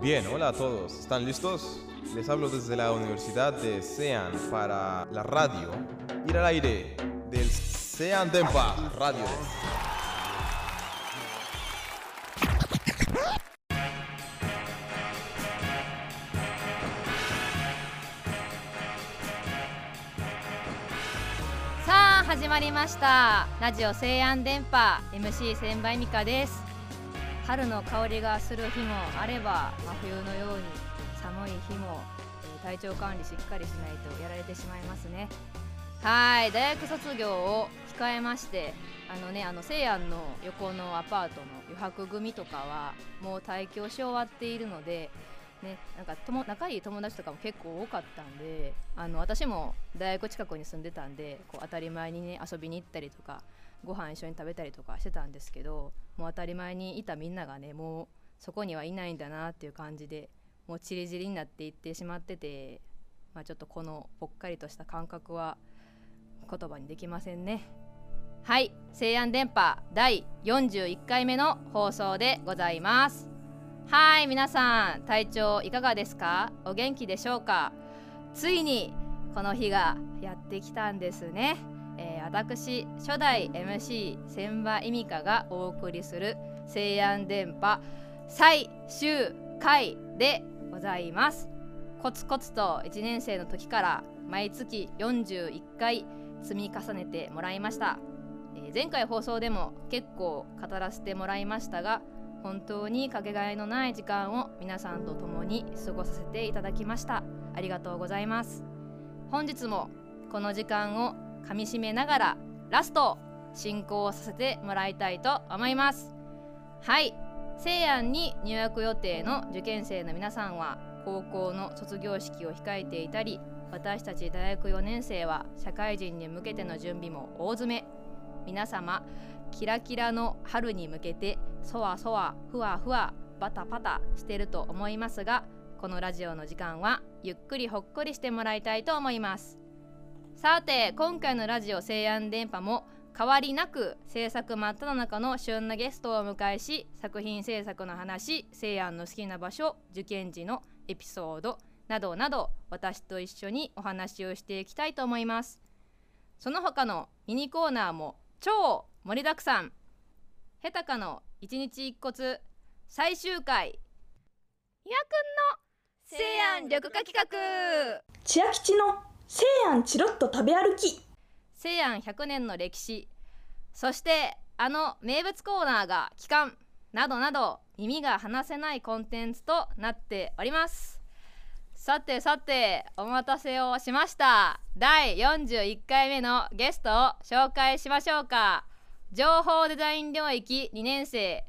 Bien, hola a todos. ¿Están listos? Les hablo desde la Universidad de Sean para la radio. Ir al aire del Sean Dempa Radio. さあ始まりました。ラジオ西安電波 MC 千葉恵美香です。春の香りがする日もあれば、真冬のように寒い日も、体調管理しっかりしないとやられてしまいますね。はい、大学卒業を控えまして、西安の横のアパートの余白組とかはもう退去し終わっているので、ね、なんか仲いい友達とかも結構多かったんで、私も大学近くに住んでたんで、こう当たり前にね遊びに行ったりとかご飯一緒に食べたりとかしてたんですけど、もう当たり前にいたみんながね、もうそこにはいないんだなっていう感じで、もうチリチリになっていってしまってて、ちょっとこのぽっかりとした感覚は言葉にできませんね。はい、西安電波第41回目の放送でございます。はい、皆さん体調いかがですか？お元気でしょうか？ついにこの日がやってきたんですね。私初代 MC 千葉恵美香がお送りする西安電波最終回でございます。コツコツと1年生の時から毎月41回積み重ねてもらいました。前回放送でも結構語らせてもらいましたが、本当にかけがえのない時間を皆さんと共に過ごさせていただきました。ありがとうございます。本日もこの時間をかみしめながらラスト進行させてもらいたいと思います。はい、西安に入学予定の受験生の皆さんは高校の卒業式を控えていたり、私たち大学4年生は社会人に向けての準備も大詰め。皆様キラキラの春に向けてそわそわふわふわバタパタしてると思いますが、このラジオの時間はゆっくりほっこりしてもらいたいと思います。さて、今回のラジオ西安電波も変わりなく制作真っ只中の旬なゲストをお迎えし、作品制作の話、西安の好きな場所、受験時のエピソードなどなど、私と一緒にお話をしていきたいと思います。その他のミニコーナーも超盛りだくさん。ヘタカの一日一骨最終回、ひやくんの西安緑化企画、 千秋吉の西安チロッと食べ歩き、 西安100年の歴史、そして名物コーナーが帰還などなど、耳が離せないコンテンツとなっております。さてさて、お待たせをしました。第41回目のゲストを紹介しましょうか。情報デザイン領域2年生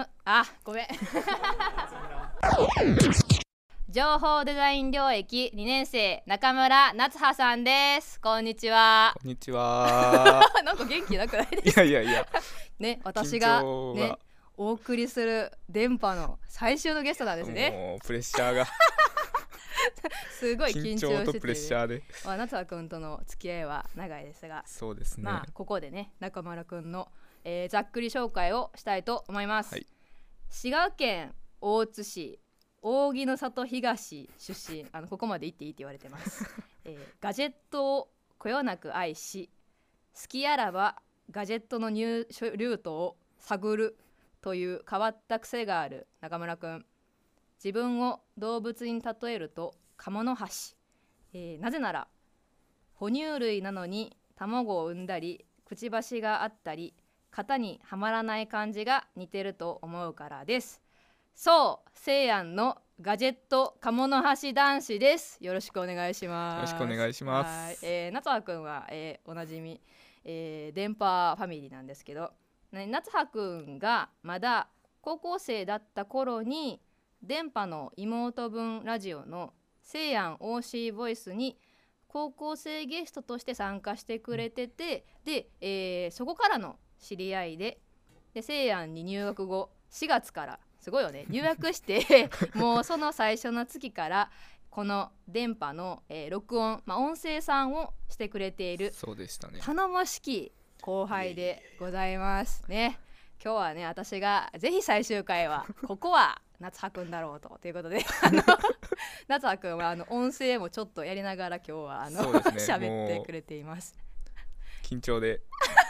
情報デザイン領域2年生中村夏葉さんです。こんにちは。 こんにちは。 なんか元気なくないですか？ いやね、私がねお送りする電波の最終のゲストなんですね。 もうプレッシャーがすごい緊張してて、 緊張とプレッシャーで、 夏葉くんとの付き合いは長いですが、 そうですね、 ここでね中村くんの、ざっくり紹介をしたいと思います。はい、滋賀県大津市扇の里東出身、ここまで行っていいって言われてます。ガジェットをこよなく愛し、好きあらばガジェットの入手ルートを探るという変わった癖がある中村くん。自分を動物に例えるとカモノハシ、なぜなら哺乳類なのに卵を産んだり、くちばしがあったり、型にはまらない感じが似てると思うからです。そう、西安のガジェットカモノハシ男子です。よろしくお願いします。 よろしくお願いします。 夏葉くんは、おなじみ、電波ファミリーなんですけど、夏葉くんがまだ高校生だった頃に電波の妹分ラジオの西安 OC ボイスに高校生ゲストとして参加してくれてて、で、そこからの知り合いで、西安に入学後4月からすごいよね、入学してもうその最初の月からこの電波の、録音、音声さんをしてくれている、 そうでしたね、 頼もしき後輩でございますね。今日はね、私がぜひ最終回はここは夏葉くんだろうということで夏葉くんは音声もちょっとやりながら今日はそうですね喋ってくれています。 緊張で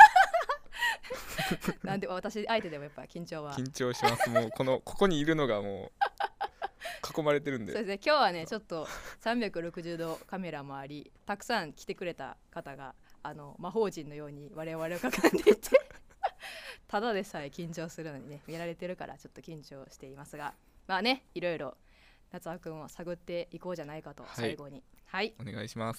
なんで私相手でもやっぱ緊張は緊張します。もうここにいるのがもう囲まれてるんで。 そうですね、今日はねちょっと360度カメラもあり、たくさん来てくれた方が魔法陣のように我々を囲んでいてただでさえ緊張するのにね見られてるからちょっと緊張していますが、まあね、いろいろ夏葉くんを探っていこうじゃないかと、最後にはいお願いします。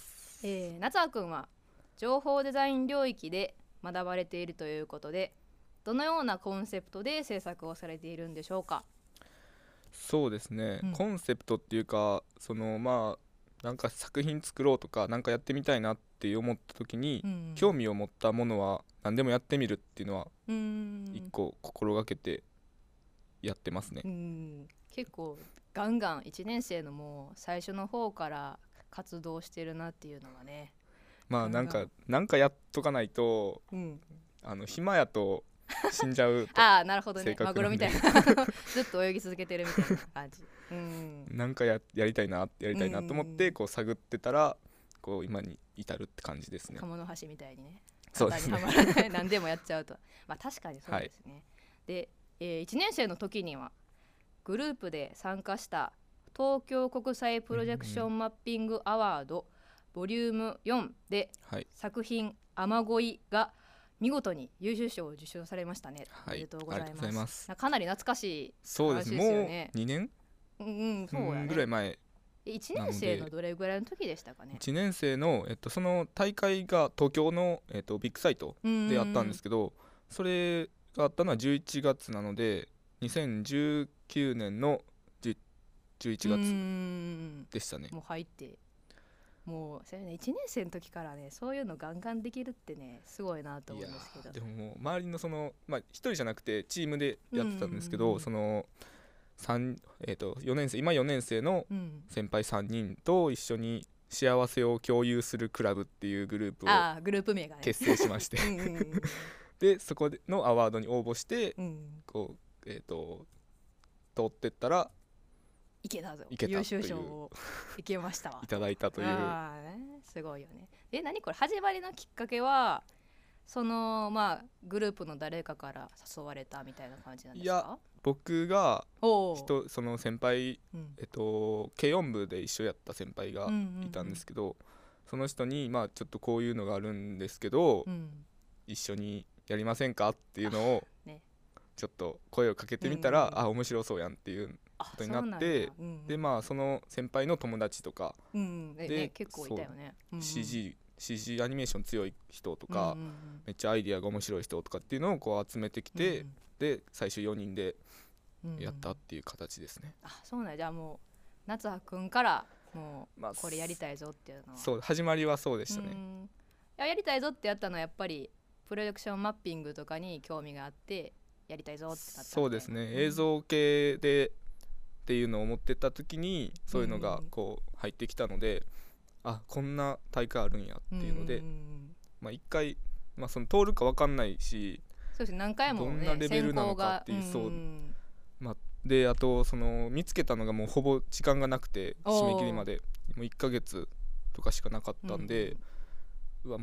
夏葉くんは情報デザイン領域で学ばれているということで、どのようなコンセプトで制作をされているんでしょうか？ そうですね、 うんコンセプトっていうかまあなんか作品作ろうとかなんかやってみたいなって思った時に、興味を持ったものは何でもやってみるっていうのは一個心がけてやってますね。 結構ガンガン1年生のもう最初の方から活動してるなっていうのがね、 まあなんかやっとかないと、暇やと死んじゃうとああなるほどね、 性格マグロみたいなずっと泳ぎ続けてるみたいな感じなんかやりたいなと思ってこう探ってたらこう今に至るって感じですね。 鴨の橋みたいにね、 そうですね、 型にはまらない何でもやっちゃうとまあ確かにそうですね、で、1年生の時にはグループで参加した東京国際プロジェクションマッピングアワードボリューム4で、作品雨乞いが見事に優秀賞を受賞されましたね。おめでとうございます。かなり懐かしい話ですよね。 もう2年そうやねぐらい前。 1年生のどれぐらいの時でしたかね。 1年生の、その大会が東京の、ビッグサイトであったんですけど、それがあったのは11月なので2019年の11月でしたね。 もう入ってもうそれね、1年生の時からねそういうのガンガンできるってねすごいなと思うんですけど、 でももう周りの1人じゃなくてチームでやってたんですけど、4年生今4年生の先輩3人と一緒に幸せを共有するクラブっていうグループを結成しましてでそこのアワードに応募して、こう通ってったらいけたぞ、優秀賞をいけましたわいただいたというすごいよね。何これ始まりのきっかけはグループの誰かから誘われたみたいな感じなんですか？いや僕がその先輩、軽音部で一緒やった先輩がいたんですけど、その人にちょっとこういうのがあるんですけど、一緒にやりませんかっていうのをちょっと声をかけてみたら、面白そうやんっていうことになって、でその先輩の友達とかで、 結構いたよね。 CG アニメーション強い人とか、めっちゃアイディアが面白い人とかっていうのをこう集めてきて、で最終4人でやったっていう形ですね。 そうなんじゃあもう夏葉くんからもうこれやりたいぞっていうのは、 そう始まりはそうでしたね。 やりたいぞってやったのはやっぱりプロジェクションマッピングとかに興味があってやりたいぞってなったそうですね、映像系でっていうのを思ってた時にそういうのがこう入ってきたので、こんな大会あるんやっていうので、一回、その通るか分かんないし、 そうですね、何回も、ね、 どんなレベルなのかっていう、であと見つけたのがもうほぼ時間がなくて、締め切りまでもう1ヶ月とかしかなかったんで、もう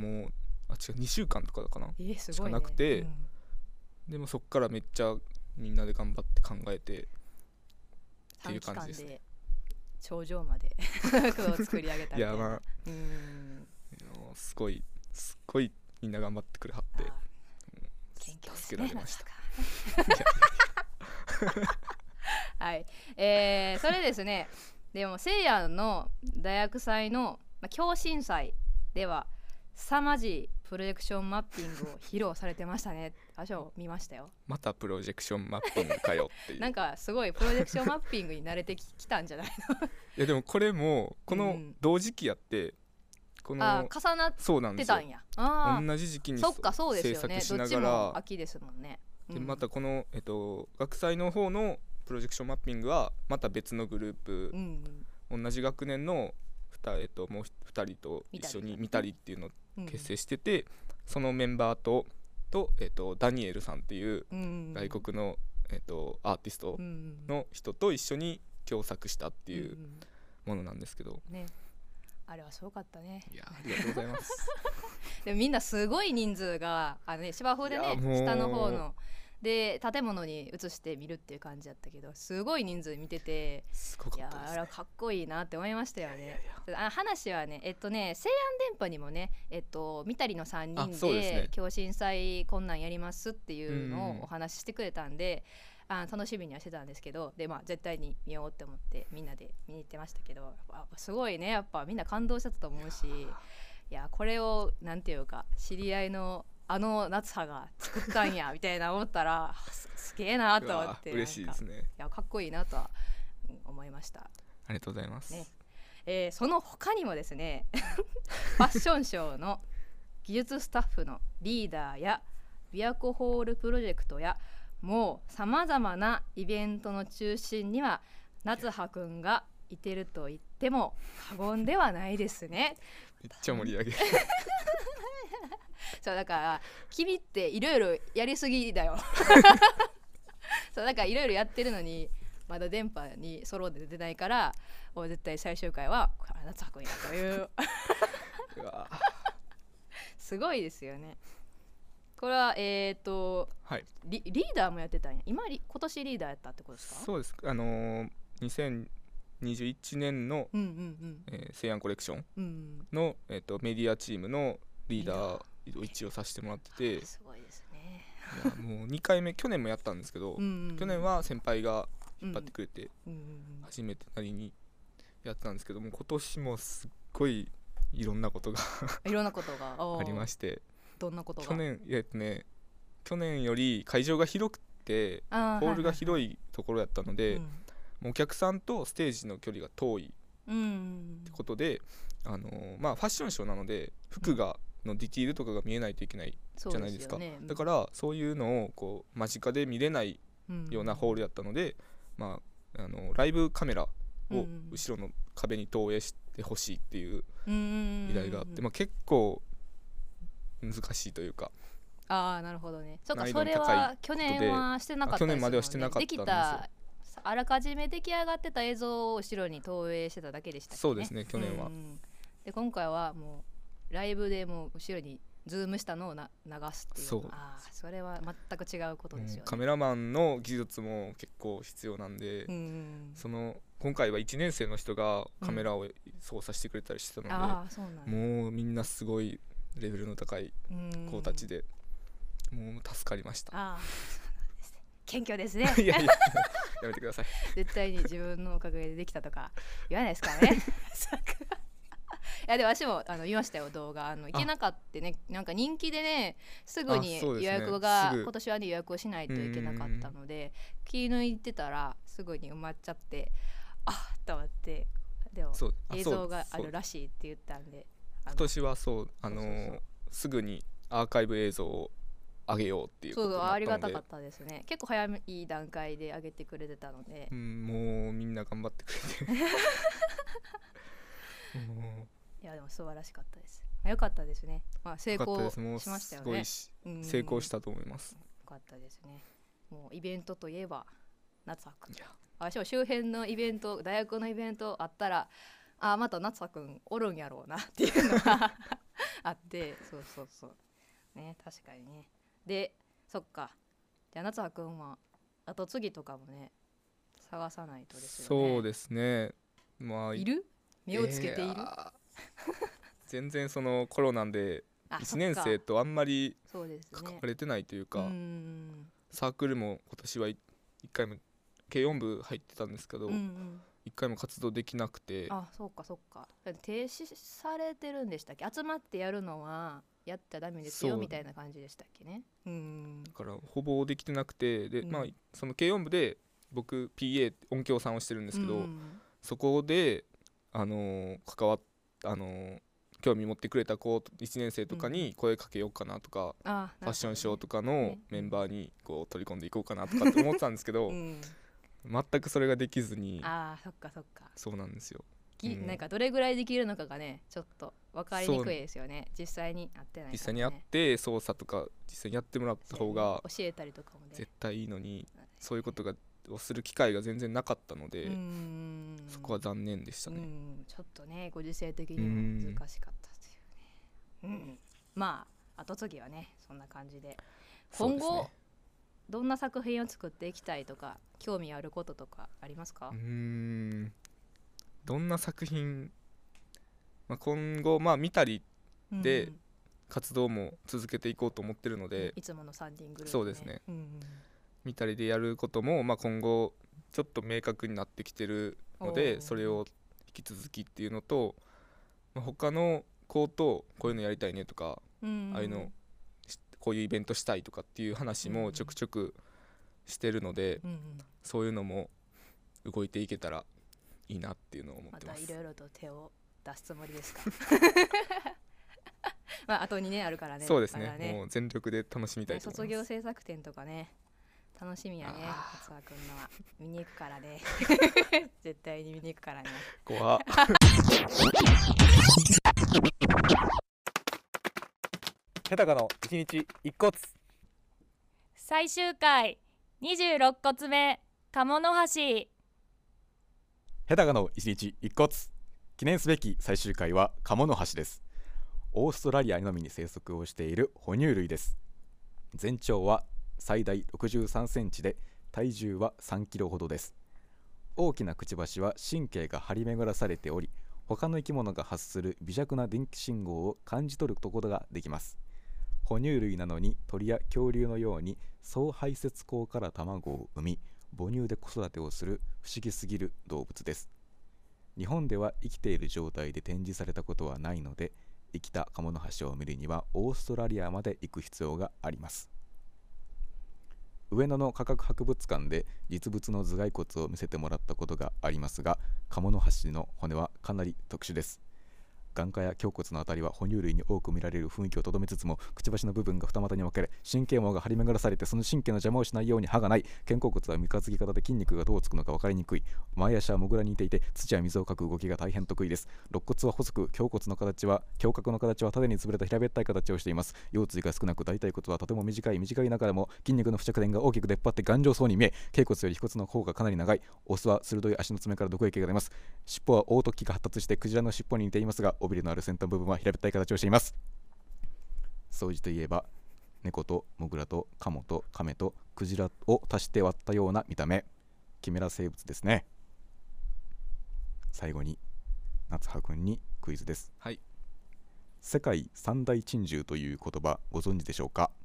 2週間とかかな、しかなくて、でもそっからめっちゃみんなで頑張って考えてっていう感じですね。 頂上まで作り上げたみたいな。いやすごいみんな頑張ってくれはって助けられました。 はい、それですね。でもせいやの大学祭の、共審祭では凄まじいプロジェクションマッピングを披露されてましたね。見ましたよ。 またプロジェクションマッピングかよっていうなんかすごいプロジェクションマッピングに慣れてきたんじゃないのいやでもこれもこの同時期やって、 重なってたんや。 同じ時期にそっか、そうです制よね、 作しながら、 どっちも秋ですもんね。 でまたこの、学祭の方のプロジェクションマッピングはまた別のグループ、同じ学年のもう2人と一緒に見たりっていうのを結成してて、そのメンバーとダニエルさんっていう外国の、 アーティストの人と一緒に共作したっていうものなんですけど、 ね、あれはすごかったね。 いやありがとうございますでもみんなすごい人数が芝生でね下の方ので建物に移して見るっていう感じだったけど、すごい人数見てて、 すごかったですね。 いやあれはかっこいいなって思いましたよね。話はね西安電波にもね三谷の3人で共振祭こんなんやりますっていうのをお話ししてくれたんで、楽しみにはしてたんですけど、で絶対に見ようって思ってみんなで見に行ってましたけど、すごいね、やっぱみんな感動しちゃったと思うし、いやこれをなんていうか知り合いの夏葉が作ったんやみたいな思ったらすげえなと思って嬉しいですね。 いやかっこいいなとは思いました。 ありがとうございます、 ね。その他にもですねファッションショーの技術スタッフのリーダーや琵琶湖ホールプロジェクトやもうさまざまなイベントの中心には夏葉くんがいてると言っても過言ではないですね。 めっちゃ盛り上げるそうだから君っていろいろやりすぎだよそうだからいろいろやってるのにまだ電波にソロで出てないからもう絶対最終回は夏葉くんやというすごいですよね。これははい、 リーダーもやってたんや。今年リーダーやったってことですか？ そうです。2021年の、西安コレクションの、メディアチームのリーダーを一応させてもらってて、 すごいですね。 いやもう2回目去年もやったんですけど、去年は先輩が引っ張ってくれて、初めてなりにやってたんですけども、今年もすっごいいろんなことがいろんなことがありまして、 どんなことが？ 去年より会場が広くてホールが広いところやったので、もうお客さんとステージの距離が遠いってことで、ファッションショーなので服のディティールとかが見えないといけないじゃないですか。だからそういうのをこう間近で見れないようなホールやったので、ライブカメラを後ろの壁に投影してほしいっていう依頼があって、結構難しいというか。 なるほどね。それは去年はしてなかったですよね。 去年まではしてなかったんですよ。 できたあらかじめ出来上がってた映像を後ろに投影してただけでしたっけね。 そうですね、去年は。 で今回はもうライブでもう後ろにズームしたのを流すっていう。それは全く違うことですよね。 カメラマンの技術も結構必要なんで、今回は1年生の人がカメラを操作してくれたりしてたので、もうみんなすごいレベルの高い子たちで、もう助かりました。 謙虚ですねいややめてください絶対に自分のおかげでできたとか言わないですからねいやでも私も見ましたよ動画。行けなかったね。なんか人気でねすぐに予約が、今年はね予約をしないといけなかったので気抜いてたらすぐに埋まっちゃってと思って、でも映像があるらしいって言ったんで、 今年はすぐにアーカイブ映像を上げようっていうことになったので、 ありがたかったですね。結構早い段階で上げてくれてたので、 もうみんな頑張ってくれていやでも素晴らしかったです。よかったですね。成功しましたよね。 すごい成功したと思います。 よかったですね。もうイベントといえば夏葉くん。私も周辺のイベント、大学のイベントあったらまた夏葉くんおるんやろうなっていうのがあって、そうね、確かにね。でそっか、じゃあ夏葉くんは後継ぎとかもね探さないとですよね。 そうですね。 いる？目をつけている？ 全然そのコロナで1年生とあんまり関われてないというか、サークルも今年は1回も軽音部入ってたんですけど、1回も活動できなくて。 そうか停止されてるんでしたっけ？集まってやるのはやっちゃダメですよみたいな感じでしたっけね。 だからほぼできてなくて、で、その軽音部で僕 PA 音響さんをしてるんですけど、そこで関わっ興味持ってくれた子1年生とかに声かけようかなとか、ファッションショーとかのメンバーにこう取り込んでいこうかなとかって思ってたんですけど、全くそれができずに。 そっかそうなんですよ。 なんかどれぐらいできるのかがねちょっと分かりにくいですよね。実際にやってないからね。 実際にやって操作とか実際にやってもらった方が教えたりとかもね絶対いいのに、 そういうことをする機会が全然なかったので、そこは残念でしたね。 ちょっとねご時世的にも難しかったというね。まあ後継ぎはねそんな感じで、今後どんな作品を作っていきたいとか興味あることとかありますか？ どんな作品、今後見たりで活動も続けていこうと思ってるので、 いつもの3人グループ、ね、 そうですね、見たりでやることも、今後ちょっと明確になってきてるので、それを引き続きっていうのと、他の子とこういうのやりたいねとか、ああいうのこういうイベントしたいとかっていう話もちょくちょくしてるので、そういうのも動いていけたらいいなっていうのを思ってます。 またいろいろと手を出すつもりですか？あと2年あるからね。 そうですね、もう全力で楽しみたいと思います。 卒業制作展とかね楽しみやね。勝和くんのは見に行くからね。絶対に見に行くからね。 怖っ。 ヘタカの1日1骨最終回26骨目鴨の橋。 ヘタカの1日1骨記念すべき最終回は鴨の橋です。オーストラリアのみに生息をしている哺乳類です。全長は最大63センチで体重は3キロほどです。大きなくちばしは神経が張り巡らされており、他の生き物が発する微弱な電気信号を感じ取ることができます。哺乳類なのに鳥や恐竜のように総排泄口から卵を産み、母乳で子育てをする不思議すぎる動物です。日本では生きている状態で展示されたことはないので、生きた鴨の橋を見るにはオーストラリアまで行く必要があります。上野の科学博物館で実物の頭蓋骨を見せてもらったことがありますが、鴨の橋の骨はかなり特殊です。眼下や胸骨のあたりは哺乳類に多く見られる雰囲気をとどめつつも、くちばしの部分が二股に分かれ、神経網が張り巡らされて、その神経の邪魔をしないように歯がない。肩甲骨は三日月型で筋肉がどうつくのか分かりにくい。前足はモグラに似ていて、土や水をかく動きが大変得意です。肋骨は細く、胸骨の形は胸郭の形は縦に潰れた平べったい形をしています。腰椎が少なく、大腿骨はとても短いながらも筋肉の付着点が大きく出っ張って頑丈そうに見え、頸骨より腓骨の方がかなり長い。オスは鋭い足の爪から毒液が出ます。尻尾は凹凸器が発達してクジラの尻尾に似ていますが、尾びれのある先端部分は平べったい形をしています。掃除といえば猫とモグラとカモとカメとクジラを足して割ったような見た目、キメラ生物ですね。最後に夏葉くんにクイズです。 はい。 世界三大珍獣という言葉ご存知でしょうか？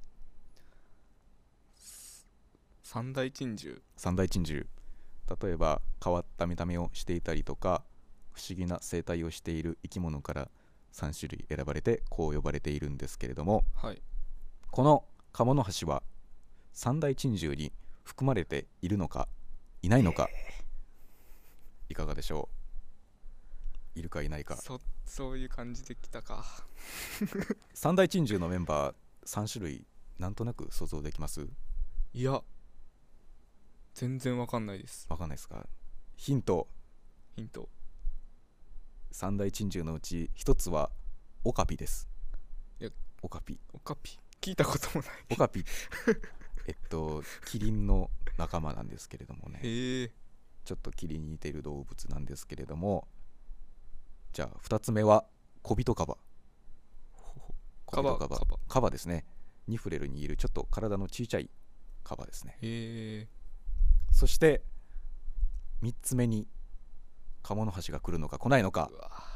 三大珍獣、 例えば変わった見た目をしていたりとか、不思議な生態をしている生き物から3種類選ばれてこう呼ばれているんですけれども、 はい、 この鴨の橋は三大珍獣に含まれているのかいないのか、いかがでしょう？いるかいないか。 そういう感じできたか。 三大珍獣のメンバー3種類なんとなく想像できます？ いや全然わかんないです。 わかんないですか？ヒント。三大珍獣のうち一つはオカピです。オカピ聞いたこともない。 オカピキリンの仲間なんですけれどもね、ちょっとキリンに似ている動物なんですけれども、じゃあ2つ目はコビトカバ。カバですね。ニフレルにいるちょっと体の小さいカバですね。そして3つ目に鴨の橋が来るのか来ないのか。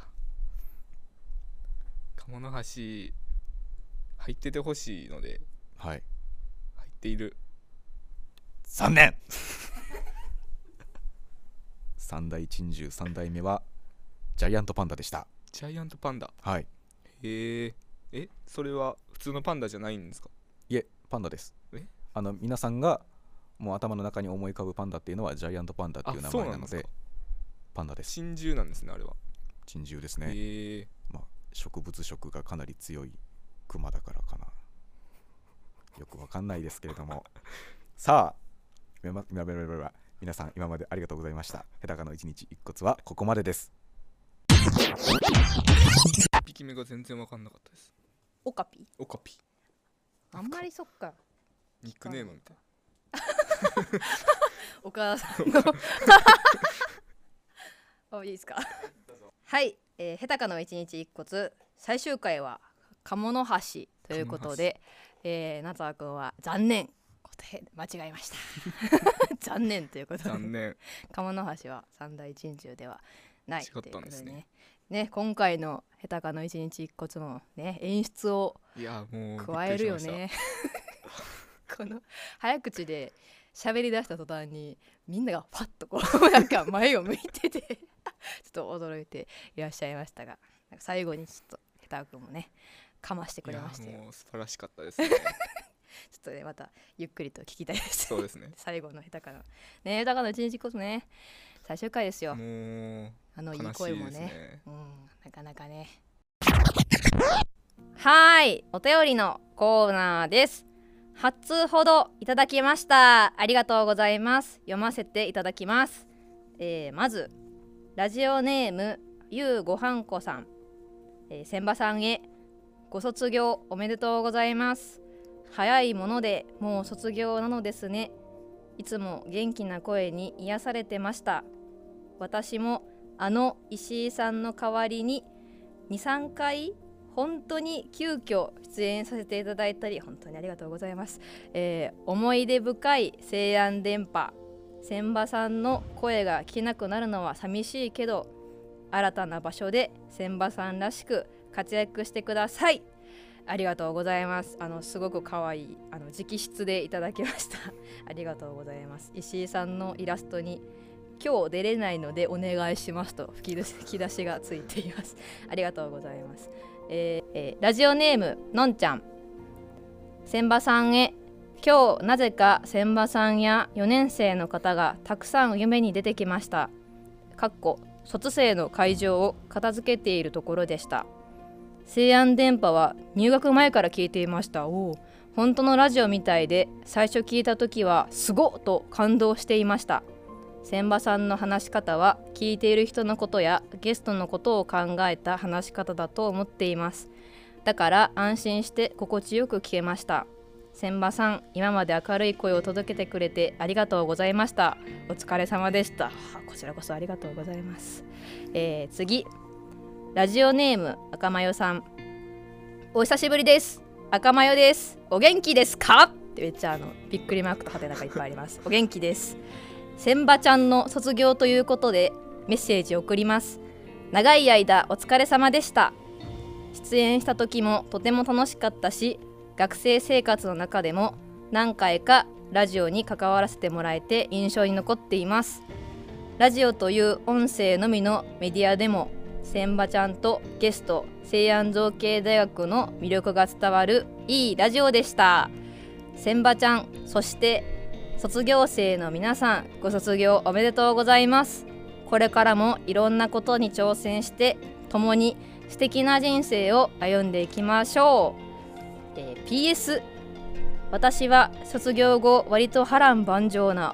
鴨の橋入っててほしいので、 はい、 入っている。 残念。三大珍獣3代目はジャイアントパンダでした。 ジャイアントパンダ。 はい。 それは普通のパンダじゃないんですか？ いえ、パンダです。皆さんがもう頭の中に思い浮かぶパンダっていうのはジャイアントパンダっていう名前なので、パンダです。 珍獣なんですね、あれは。 珍獣ですね。植物食がかなり強いクマだからかな、よくわかんないですけれども。さあ皆さん今までありがとうございました。ヘタカの1日1骨はここまでです。 1匹目が全然わかんなかったです。 オカピあんまりそっかニックネームみたいな。 岡田さんのいいですかはい、ヘタカの一日一骨最終回は鴨の橋ということで、夏川くんは残念答え間違えました残念ということで残念鴨の橋は三大珍獣ではないということで違ったんですね。 今回のヘタカの一日一骨もね演出をいやもう加えるよねこの早口で喋り出した途端にみんながパッとこうなんか前を向いててちょっと驚いていらっしゃいましたが、なんか最後にちょっとヘタ君もねかましてくれましたよ。 いやもう素晴らしかったですねちょっとねまたゆっくりと聞きたいですそうですね最後のヘタカのねヘタカの一日こそね最終回ですよ。 もういい声も悲しいですね、なかなかね。はい、お便りのコーナーです。8通ほどいただきました。ありがとうございます。読ませていただきます。まずラジオネームゆうごはんこさん、千葉さんへご卒業おめでとうございます。早いものでもう卒業なのですね。いつも元気な声に癒されてました。私も石井さんの代わりに 2,3 回本当に急遽出演させていただいたり本当にありがとうございます。思い出深い西安電波、千葉さんの声が聞けなくなるのは寂しいけど、新たな場所で千葉さんらしく活躍してください。ありがとうございます。すごく可愛い直筆でいただきましたありがとうございます。石井さんのイラストに今日出れないのでお願いしますと吹き出しがついていますありがとうございます。ラジオネームのんちゃん、千葉さんへ。今日なぜか千葉さんや4年生の方がたくさん夢に出てきました。卒生の会場を片付けているところでした。西安電波は入学前から聞いていました。本当のラジオみたいで、最初聞いた時はすごっと感動していました。千葉さんの話し方は聞いている人のことやゲストのことを考えた話し方だと思っています。だから安心して心地よく聞けました。千葉さん、今まで明るい声を届けてくれてありがとうございました。お疲れ様でした。こちらこそありがとうございます。次、ラジオネーム赤マヨさん、お久しぶりです。赤マヨです。お元気ですかってめっちゃびっくりマークとハテナがいっぱいありますお元気です。千葉ちゃんの卒業ということでメッセージを送ります。長い間お疲れ様でした。出演した時もとても楽しかったし、学生生活の中でも何回かラジオに関わらせてもらえて印象に残っています。ラジオという音声のみのメディアでも千葉ちゃんとゲスト西安造形大学の魅力が伝わるいいラジオでした。千葉ちゃん、そして卒業生の皆さん、ご卒業おめでとうございます。これからもいろんなことに挑戦して共に素敵な人生を歩んでいきましょう。PS、 私は卒業後割と波乱万丈な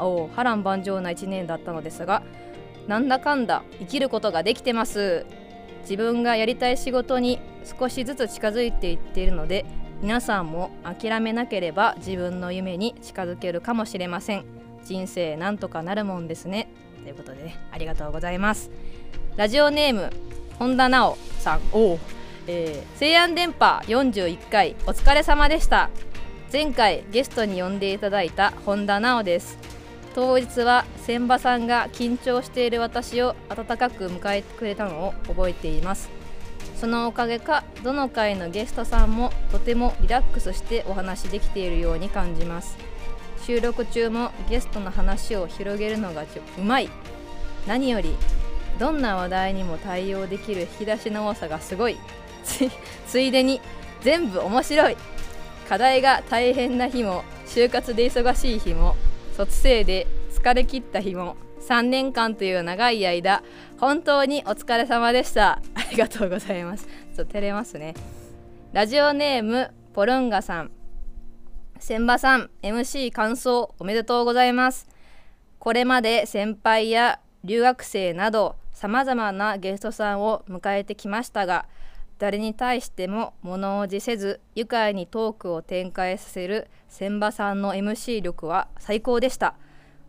1年だったのですが、なんだかんだ生きることができてます。自分がやりたい仕事に少しずつ近づいていっているので、皆さんも諦めなければ自分の夢に近づけるかもしれません。人生なんとかなるもんですね。ということで、ありがとうございます。ラジオネーム本田直さん、西安電波41回お疲れ様でした。前回ゲストに呼んでいただいた本田直です。当日は千葉さんが緊張している私を温かく迎えてくれたのを覚えています。そのおかげか、どの回のゲストさんもとてもリラックスしてお話できているように感じます。収録中もゲストの話を広げるのがうまい。何よりどんな話題にも対応できる引き出しの多さがすごい。ついでに全部面白い。課題が大変な日も、就活で忙しい日も、卒生で疲れ切った日も、3年間という長い間本当にお疲れ様でした。ありがとうございます。ちょっと照れますね。ラジオネームポルンガさん、千葉さん MC 感想おめでとうございます。これまで先輩や留学生などさまざまなゲストさんを迎えてきましたが、誰に対しても物おじせず愉快にトークを展開させる千葉さんの MC 力は最高でした。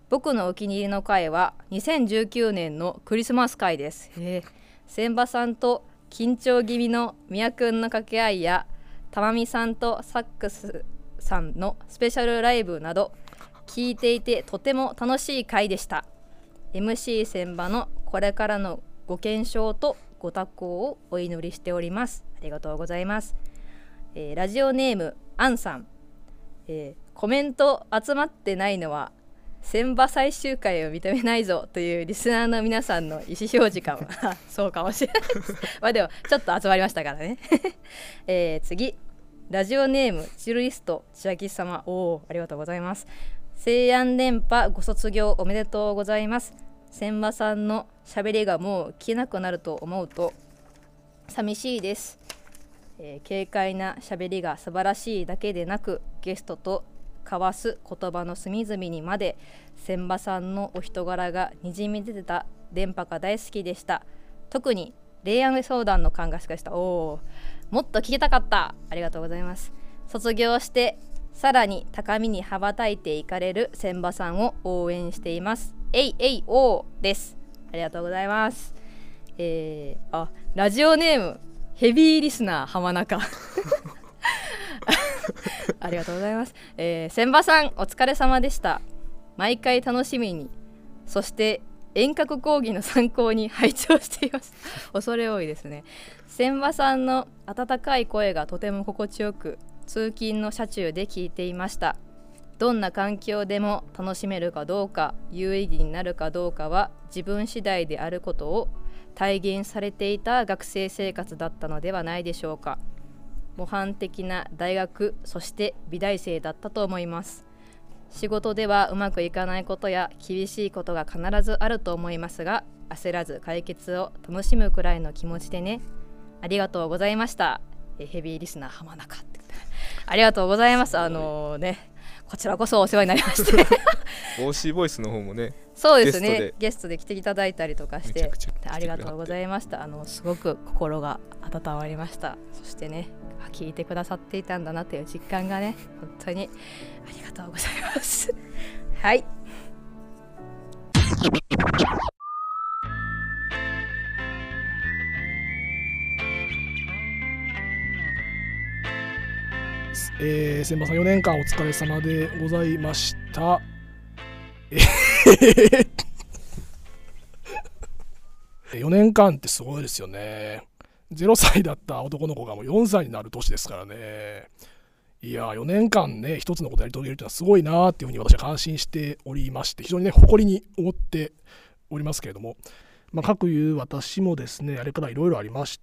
僕のお気に入りの回は2019年のクリスマス回です。千葉さんと緊張気味の宮くんの掛け合いや玉美さんとサックスさんのスペシャルライブなど聞いていてとても楽しい回でした。 MC 千葉のこれからのご健勝とご多幸をお祈りしております。ありがとうございます。ラジオネームアンさん、コメント集まってないのは千葉最終回を認めないぞというリスナーの皆さんの意思表示かもそうかもしれないですまあでもちょっと集まりましたからね次、ラジオネームチルリスト千秋様、ありがとうございます。西安連覇ご卒業おめでとうございます。千葉さんのしゃべりがもう聞けなくなると思うと寂しいです。軽快なしゃべりが素晴らしいだけでなく、ゲストと交わす言葉の隅々にまで千葉さんのお人柄がにじみ出てた電波が大好きでした。特に恋愛相談の感がしかした。もっと聞きたかった。ありがとうございます。卒業してさらに高みに羽ばたいていかれる千葉さんを応援しています。です。ありがとうございます。ラジオネームヘビーリスナー浜中ありがとうございます。千葉さんお疲れ様でした。毎回楽しみに、そして遠隔講義の参考に拝聴しています恐れ多いですね。千葉さんの温かい声がとても心地よく、通勤の車中で聞いていました。どんな環境でも楽しめるかどうか、有意義になるかどうかは自分次第であることを体現されていた学生生活だったのではないでしょうか。模範的な大学、そして美大生だったと思います。仕事ではうまくいかないことや厳しいことが必ずあると思いますが、焦らず解決を楽しむくらいの気持ちでね。ありがとうございました。ヘビーリスナー浜中ってありがとうございます。こちらこそお世話になりまして OC ボイスの方もね、 そうですね、ゲストで来ていただいたりとかしてありがとうございました。すごく心が温まりました。そしてね、聞いてくださっていたんだなという実感がね、本当にありがとうございますはい千葉さん4年間お疲れ様でございました。4年間ってすごいですよね。0歳だった男の子がもう4歳になる年ですからね。いや4年間ね、一つのことやり遂げるというのはすごいなっていうふうに私は感心しておりまして、非常にね誇りに思っておりますけれども、各いう私もですね、あれからいろいろありまして、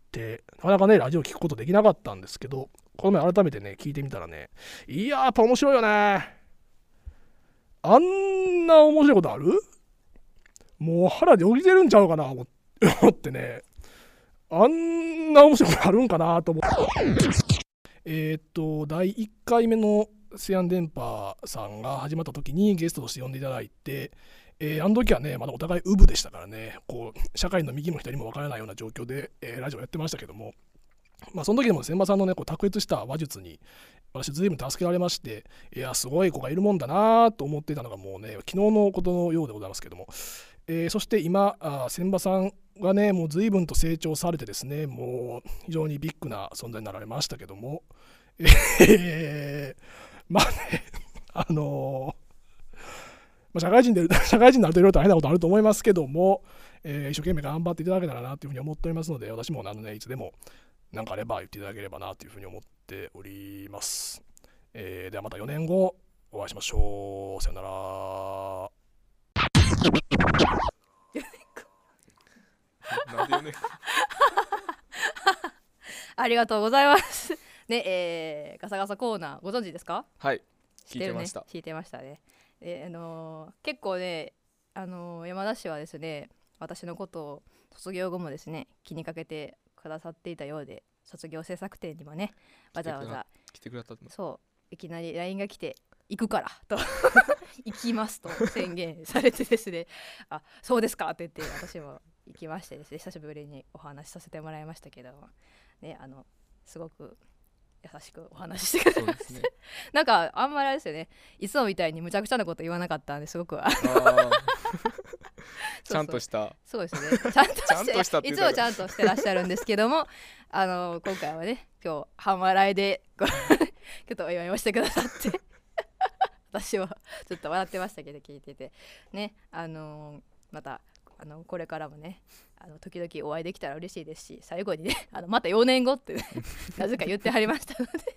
なかなかねラジオ聞くことできなかったんですけど、この前改めてね聞いてみたらね、いややっぱ面白いよね。あんな面白いことある？もう腹で起きてるんちゃうかな思ってね、あんな面白いことあるんかなと思って、第1回目の西安電波さんが始まった時にゲストとして呼んでいただいて、あの時はねまだお互いウブでしたからね、こう社会の右も左も分からないような状況で、ラジオやってましたけども、その時でも千葉さんのねこう卓越した話術に私随分助けられまして、いやすごい子がいるもんだなと思っていたのがもうね昨日のことのようでございますけども、そして今千葉さんがねもう随分と成長されてですね、もう非常にビッグな存在になられましたけども、社会人になるといろいろ大変なことあると思いますけども、一生懸命頑張っていただけたらなというふうに思っておりますので、私もいつでも何かあれば言っていただければなというふうに思っております。ではまた4年後お会いしましょう。さよなら。 ありがとうございますね。ガサガサコーナーご存知ですか？ はい、聞いてました。 聞いてましたね。結構ね、山田氏はですね、私のことを卒業後もですね気にかけてくださっていたようで、卒業制作展にもねわざわざ来てくれた。 そういきなり LINE が来て行くからと行きますと宣言されてですねあ、そうですかって言って私も行きましてですね、久しぶりにお話しさせてもらいましたけどね、すごく優しくお話ししてください。 そうですねなんかあんまりあれですよね、いつもみたいにむちゃくちゃなこと言わなかったんですごくちゃんとしたそうですね、ちゃんとしていつもちゃんとしてらっしゃるんですけども今回はね、今日半笑いでちょっとお祝いをしてくださって私はちょっと笑ってましたけど、聞いててね、またこれからもね時々お会いできたら嬉しいですし、最後にねまた4年後って、ね、なぜか言ってはりましたので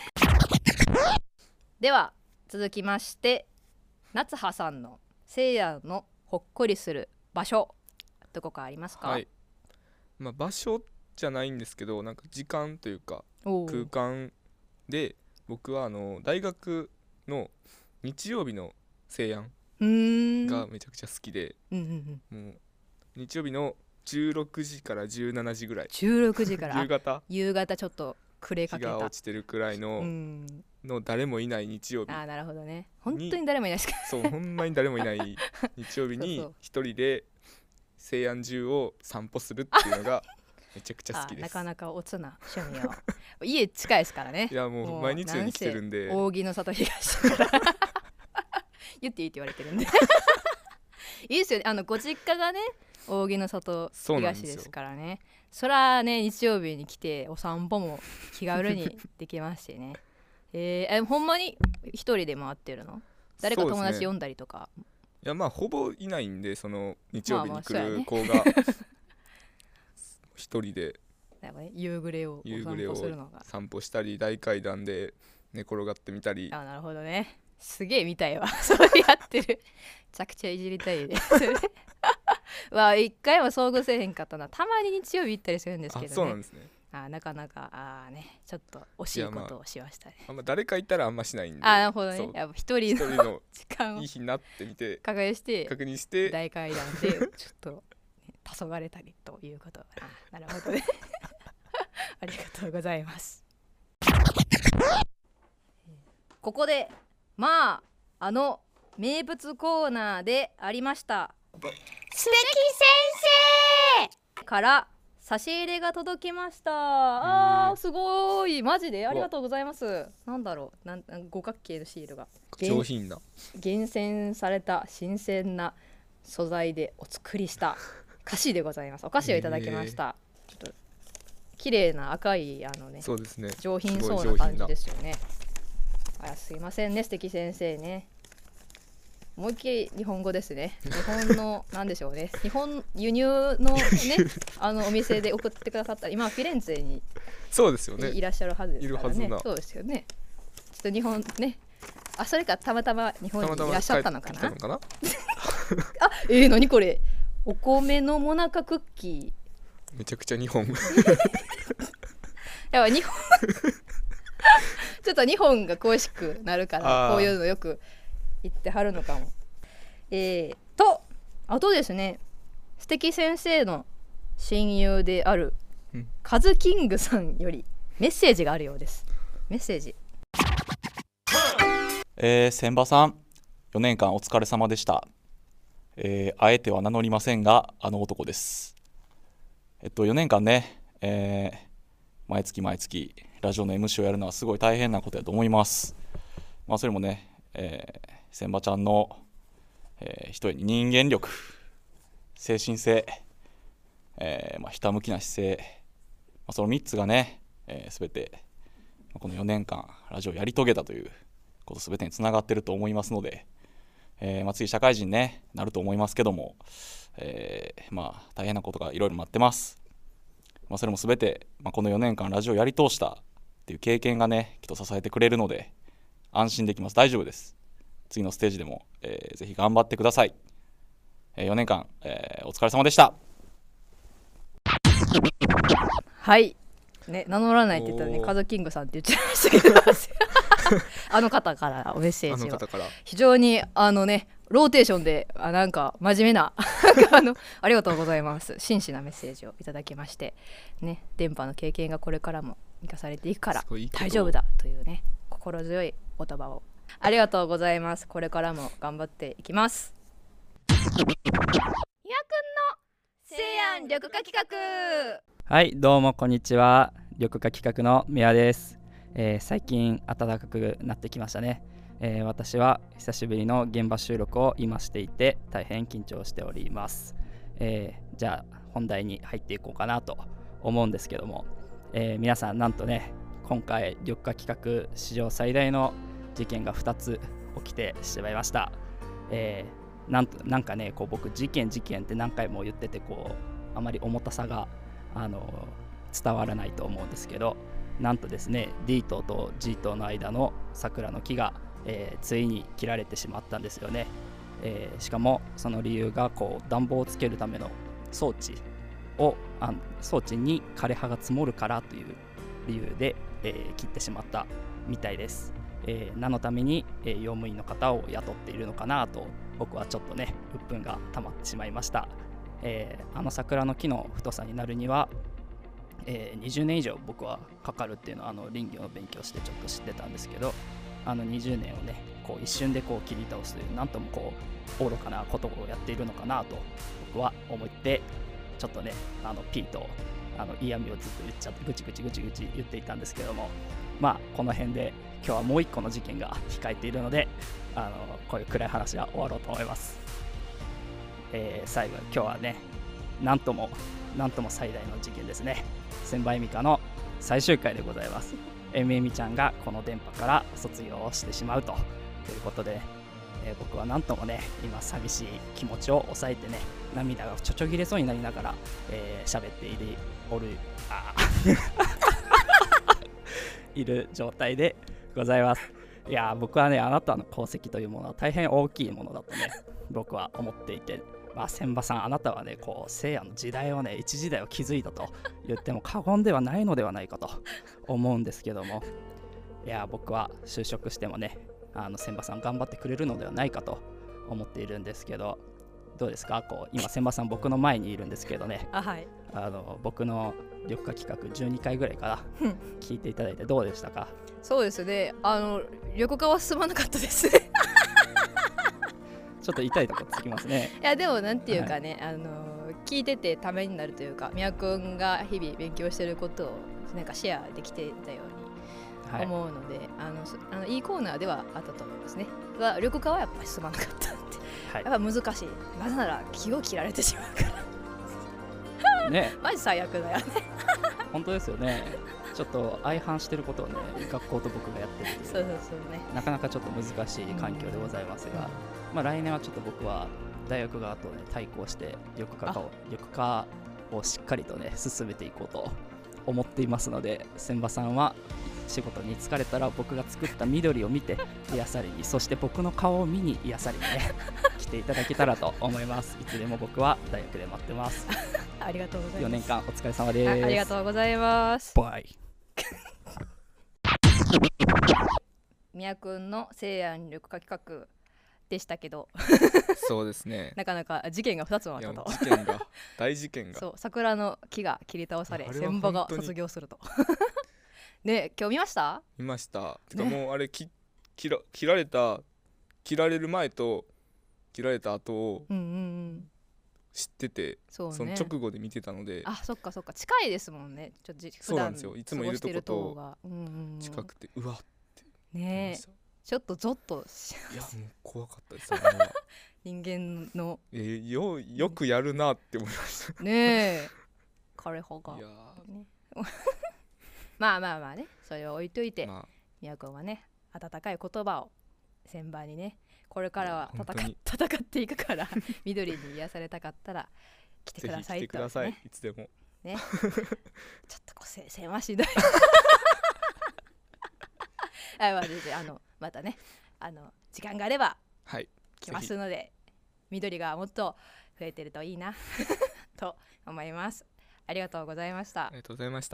では続きまして、夏葉さんのせいやのほっこりする場所、どこかありますか？ はい、場所じゃないんですけど、なんか時間というか空間で、僕は大学の日曜日の西安がめちゃくちゃ好きで、もう日曜日の16時から17時ぐらい、 16時から夕方ちょっと暮れかけた日が落ちてるくらいの誰もいない日曜日、 なるほどね、本当に誰もいないですかそうほんまに誰もいない日曜日に一人で西安中を散歩するっていうのがめちゃくちゃ好きです。 なかなかおつな趣味を家近いですからね。 いやもう毎日のように来てるんで、 扇の里東から言っていいって言われてるんでいいですよね、ご実家がね扇の里東ですからね。そらね、日曜日に来てお散歩も気軽にできますしねほんまに一人で回ってるの？誰か友達呼んだりとか？ いやほぼいないんで、その日曜日に来る子が一人で夕暮れを散歩したり、大階段で寝転がってみたり。 なるほどね、すげえ見たいわそれやってるめちゃくちゃいじりたいね一回も遭遇せえへんかったな。たまに日曜日行ったりするんですけどね。 そうなんですね。 なかなかね、ちょっと惜しいことをしましたね。 誰かいたらあんましないんで。 なるほどね。やっぱ一人の時間をいい日になってみて確認して大階段でちょっと黄昏たりということ。なるほどねありがとうございます。ここで名物コーナーでありました素敵先生から差し入れが届きました。すごい、マジでありがとうございます。なんだろう、五角形のシールが上品な厳選された新鮮な素材でお作りした菓子でございます。お菓子をいただきました。ちょっと綺麗な赤いそうですね、 上品そうな感じですよね。すいませんね、素敵先生ね。思いっきり日本語ですね。日本のなんでしょうね、日本輸入のねお店で送ってくださった今フィレンツェにそうですよね、 いらっしゃるはずですからね。そうですよね。ちょっと日本ね、それかたまたま日本にいらっしゃったのかな。何これ、お米のもなかクッキー。めちゃくちゃ日本やばい、日本ちょっと日本が恋しくなるからこういうのよく言ってはるのかも。あとですね、素敵先生の親友であるカズキングさんよりメッセージがあるようです。メッセージ。 千葉さん、4年間お疲れ様でした。あえては名乗りませんが男です。4年間ね、毎月ラジオの MC をやるのはすごい大変なことだと思います。それもね、千葉ちゃんの、人へ人間力、精神性、ひたむきな姿勢、その3つがね、全てこの4年間ラジオをやり遂げたということ全てにつながっていると思いますので、次社会人ねなると思いますけども、大変なことがいろいろ待ってます。それも全て、この4年間ラジオをやり通したっていう経験がねきっと支えてくれるので安心できます。大丈夫です。次のステージでも、ぜひ頑張ってください。4年間、お疲れ様でした。 はいね、名乗らないって言ったらね、カズキングさんって言っちゃいましたけどあの方からメッセージを非常にローテーションでなんか真面目なありがとうございます。真摯なメッセージをいただきましてね、電波の経験がこれからも生かされていくから大丈夫だというね心強いお言葉をありがとうございます。これからも頑張っていきます。ひやくんの西安緑化企画。 はい、どうもこんにちは。緑化企画の宮です。 最近暖かくなってきましたね。私は久しぶりの現場収録を今していて大変緊張しております。じゃあ本題に入っていこうかなと思うんですけども、皆さんなんとね、今回緑化企画史上最大の事件が2つ起きてしまいました。なんかね、こう僕事件って何回も言ってて、こうあまり重たさが伝わらないと思うんですけど、なんとですね D 棟と G 棟の間の桜の木が、ついに切られてしまったんですよね。しかもその理由がこう暖房をつけるための装置に枯れ葉が積もるからという理由で、切ってしまったみたいです。何のために、用務員の方を雇っているのかなと僕はちょっとね鬱憤が溜まってしまいました。あの桜の木の太さになるには、20年以上僕はかかるっていうのは林業の勉強してちょっと知ってたんですけど、20年をねこう一瞬でこう切り倒すという、なんともこう愚かなことをやっているのかなと僕は思ってちょっとねP と嫌味をずっと言っちゃってぐちぐち言っていたんですけども、まあこの辺で今日はもう一個の事件が控えているのでこういう暗い話は終わろうと思います。最後今日はねなんとも最大の事件ですね。千葉恵美香の最終回でございます。恵美ちゃんがこの電波から卒業をしてしまうということで、僕はなんともね今寂しい気持ちを抑えてね、涙がちょちょぎれそうになりながら喋っている状態でございます。いや僕はねあなたの功績というものは大変大きいものだとね僕は思っていて、千葉さんあなたはねこう聖夜の時代をね一時代を築いたと言っても過言ではないのではないかと思うんですけども、いや僕は就職してもね千葉さん頑張ってくれるのではないかと思っているんですけど、どうですか？こう今千葉さん僕の前にいるんですけどね、 はい、 僕の緑化企画12回ぐらいから聞いていただいてどうでしたか？ そうですね、緑化は進まなかったですねちょっと痛いとこつきますね。 いやでもなんていうかね、聞いててためになるというか、宮君が日々勉強してることをなんかシェアできていたように思うので、いいコーナーではあったと思いますね。緑化はやっぱり進まなかったって、やっぱ難しい。なぜなら木を切られてしまうからねマジ最悪だよね本当ですよね。ちょっと相反してることをね学校と僕がやってるという、 そうね、 なかなかちょっと難しい環境でございますが、来年はちょっと僕は大学側とね対抗して緑化をしっかりとね進めていこうと思っていますので、千葉さんは仕事に疲れたら僕が作った緑を見て癒されに、そして僕の顔を見に癒されにね来ていただけたらと思います。いつでも僕は大学で待ってますありがとうございます。 4年間お疲れ様です。 ありがとうございます。 バイ宮君の聖夜緑化企画でしたけどそうですねなかなか事件が2つもあったと。 大事件がそう、桜の木が切り倒され千葉が卒業するとね、今日見ました？ 見ました。てかもうあれ切られる前と切られた後を知ってて、その直後で見てたので、 そっか近いですもんね。 そうなんですよ。いつもいるとこと近くてうわってね、ちょっとゾッといやもう怖かったです人間のよくやるなって思いましたねえ枯葉がねまあね、それを置いといて、宮君はね温かい言葉を千葉にね、これからは戦っていくから緑に癒されたかったら来てくださいと、ね、 来てください、いつでもねちょっとこうせましいだまたね時間があれば来ますので、緑がもっと増えてるといいなと思います。ありがとうございました。 ありがとうございました。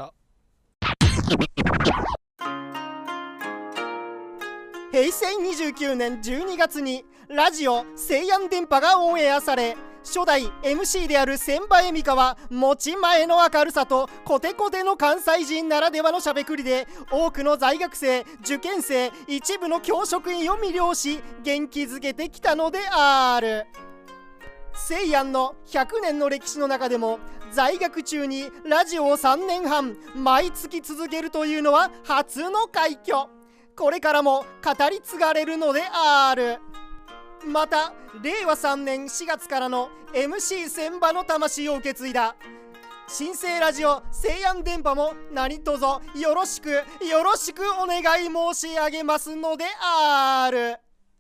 平成29年12月にラジオ西安電波がオンエアされ、初代 MC である千葉恵美香は持ち前の明るさとコテコテの関西人ならではのしゃべくりで多くの在学生、受験生、一部の教職員を魅了し元気づけてきたのである。 西安の100年の歴史の中でも在学中にラジオを3年半毎月続けるというのは初の快挙。これからも語り継がれるのである。また令和3年4月からの MC 千葉の魂を受け継いだ新生ラジオ西安電波も何卒よろしくお願い申し上げますのである。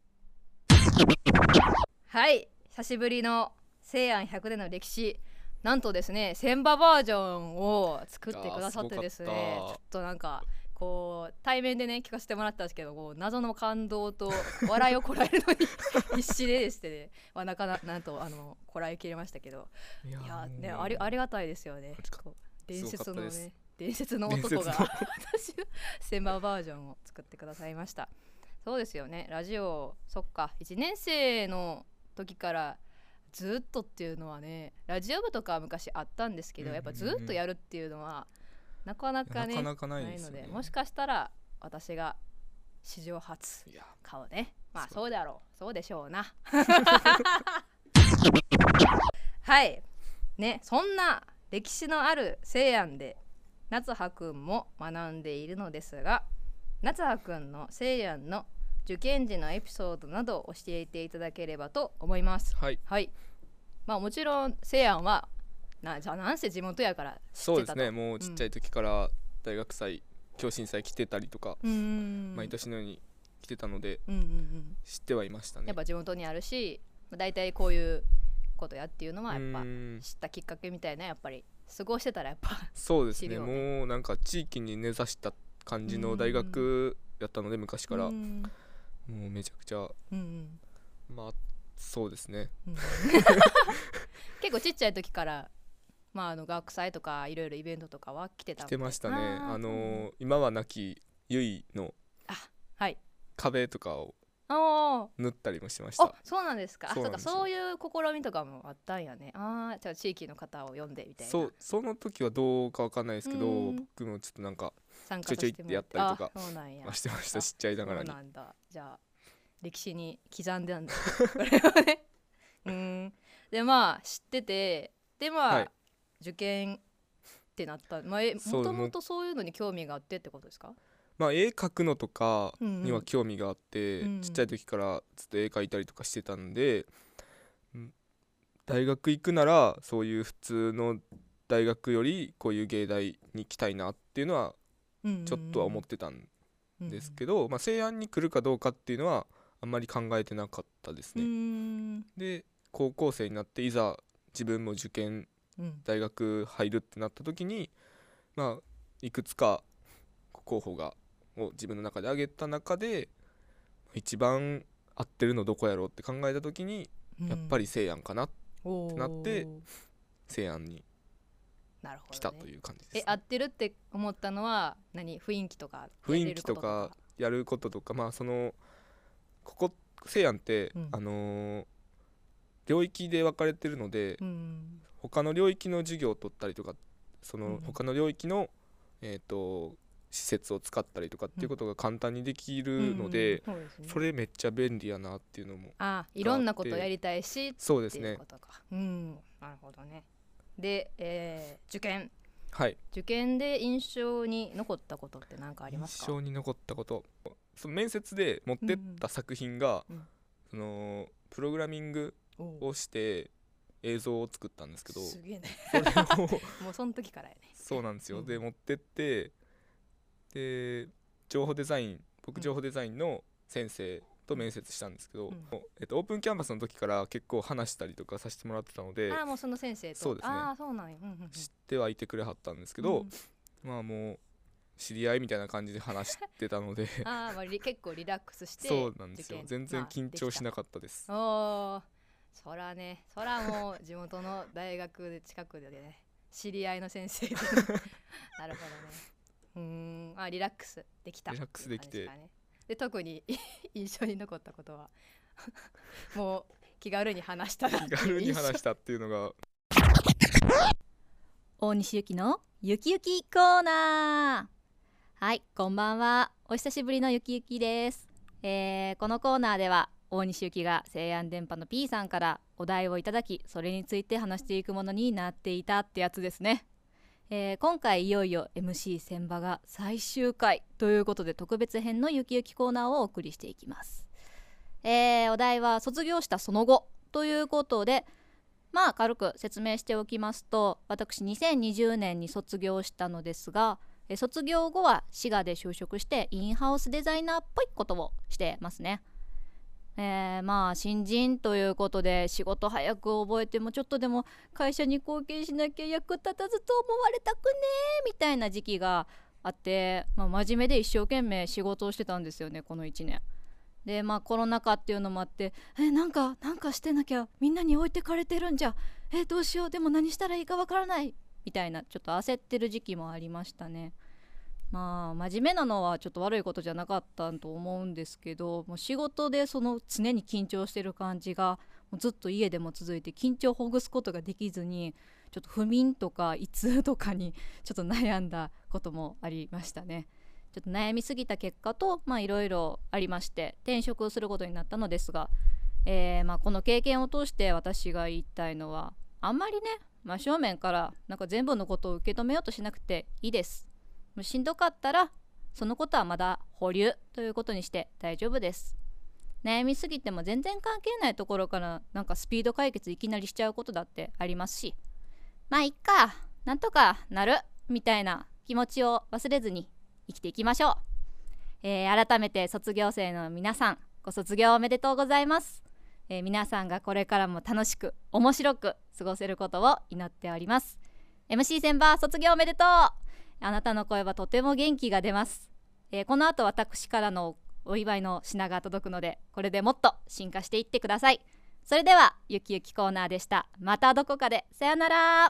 はい、久しぶりの西安100年の歴史、なんとですね千葉バージョンを作ってくださってですね、ちょっとなんかこう対面でね聞かせてもらったんですけど、こう謎の感動と笑いをこらえるのに必死でですね、なんとこらえきれましたけど、いやね、ありがたいですよね。伝説の男が私の千葉バージョンを作ってくださいました。そうですよね、ラジオそっか1年生の時からずっとっていうのはね、ラジオ部とかは昔あったんですけど、やっぱずっとやるっていうのはなかなかねないので、もしかしたら私が史上初かをね、まあそうだろう、そうでしょうなはいね、そんな歴史のある西安で夏葉くんも学んでいるのですが、夏葉くんの西安の受験時のエピソードなどを教えていただければと思います。はい、はい、まあもちろん西安はじゃあなんせ地元やから知ってたと。 そうですね、もうちっちゃい時から大学祭、共振祭来てたりとか毎年のように来てたので、知ってはいましたね。 やっぱ地元にあるし、だいたいこういうことやっていうのはやっぱ知ったきっかけみたいな、やっぱり過ごしてたらやっぱそうですね、もうなんか地域に根ざした感じの大学やったので、昔からもうめちゃくちゃ、まあそうですね結構ちっちゃい時から学祭とかいろいろイベントとかは来てた。 来てましたね。今は亡きゆいの壁とかを塗ったりもしてました。 そうなんですか。そういう試みとかもあったんやね。じゃあ地域の方を呼んでみたいな。 その時はどうかわかんないですけど、僕もちょっとなんかちょいちょいってやったりとかしてました、ちっちゃいながらに。 そうなんだ。じゃあ歴史に刻んでたんだこれはねでまあ知ってて、でまあ、受験ってなった。もともとそういうのに興味があってってことですか？ まあ絵描くのとかには興味があって、ちっちゃい時からずっと絵描いたりとかしてたんで、大学行くならそういう普通の大学よりこういう芸大に行きたいなっていうのはちょっとは思ってたんですけど、西安に来るかどうかっていうのはあんまり考えてなかったですね。で高校生になっていざ自分も受験、大学入るってなった時に、いくつか候補を自分の中で挙げた中で一番合ってるのどこやろうって考えた時に、やっぱり西安かなってなって西安に来たという感じです。 合ってるって思ったのは雰囲気とかやることとか、ここ西安って、領域で分かれてるので、他の領域の授業を取ったりとか、その他の領域の施設を使ったりとかっていうことが簡単にできるので、それめっちゃ便利やなっていうのもいろんなことやりたいしそうですね。 なるほどね。で、受験、 はい、 受験で印象に残ったことって何かありますか？ 印象に残ったこと、その面接で持ってった作品が、そのプログラミングをして映像を作ったんですけど、 すげえねそれをもうその時からやね。 そうなんですよ。で持ってって、で情報デザインの先生と面接したんですけど、オープンキャンパスの時から結構話したりとかさせてもらってたので、 もうその先生と、 そうですね、 そうなんや、 知ってはいてくれはったんですけど、もう知り合いみたいな感じで話してたので結構リラックスしてそうなんですよ。全然緊張しなかったです。 そらもう地元の大学で近くでね、知り合いの先生でなるほどね。リラックスできた。 リラックスできて、 で特に印象に残ったことはもう気軽に話したっていうのが大西ゆきのゆきゆきコーナー。はい、こんばんは。お久しぶりのゆきゆきです。このコーナーでは大西ゆきが西安電波の P さんからお題をいただき、それについて話していくものになっていたってやつですね。今回いよいよ MC 千葉が最終回ということで、特別編のゆきゆきコーナーをお送りしていきます。お題は卒業したその後ということで、まあ軽く説明しておきますと、私2020年に卒業したのですが、卒業後は滋賀で就職してインハウスデザイナーっぽいことをしてますね。まあ新人ということで、仕事早く覚えてもちょっとでも会社に貢献しなきゃ役立たずと思われたくねーみたいな時期があって、真面目で一生懸命仕事をしてたんですよね、この1年で。コロナ禍っていうのもあって、なんかしてなきゃみんなに置いてかれてるんじゃ、どうしよう、でも何したらいいかわからないみたいな、ちょっと焦ってる時期もありましたね。真面目なのはちょっと悪いことじゃなかったと思うんですけど、もう仕事でその常に緊張してる感じがもうずっと家でも続いて、緊張をほぐすことができずに、ちょっと不眠とか胃痛とかにちょっと悩んだこともありましたね。ちょっと悩みすぎた結果と、いろいろありまして転職することになったのですが、この経験を通して私が言いたいのは、あんまりね、真正面から全部のことを受け止めようとしなくていいです。しんどかったらそのことはまだ保留ということにして大丈夫です。悩みすぎても全然関係ないところからスピード解決いきなりしちゃうことだってありますし、いっか、なんとかなるみたいな気持ちを忘れずに生きていきましょう。改めて卒業生の皆さん、ご卒業おめでとうございます。皆さんがこれからも楽しく面白く過ごせることを祈っております。 MC 千葉卒業おめでとう。あなたの声はとても元気が出ます。この後私からのお祝いの品が届くので、これでもっと進化していってください。それではゆきゆきコーナーでした。またどこかで、さよなら。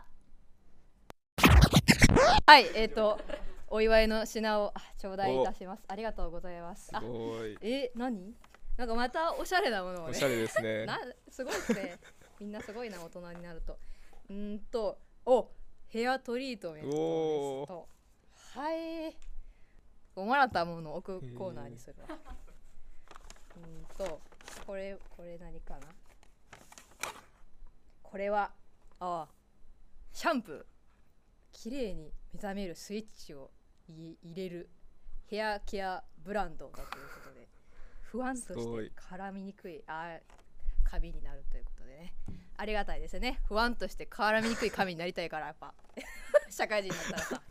はい、お祝いの品を頂戴いたします。ありがとうございます。 すごい。 何？またおしゃれなものをね。 おしゃれですね。 すごいですね。みんなすごいな、大人になると。ヘアトリートメントですと。はい。もらったものを置くコーナーにするわ。これ何かな。これはシャンプー。綺麗に目覚めるスイッチを入れるヘアケアブランドだということで、不安として絡みにくい髪になるということでね、ありがたいですね。不安として絡みにくい髪になりたいから、やっぱ社会人になったらさ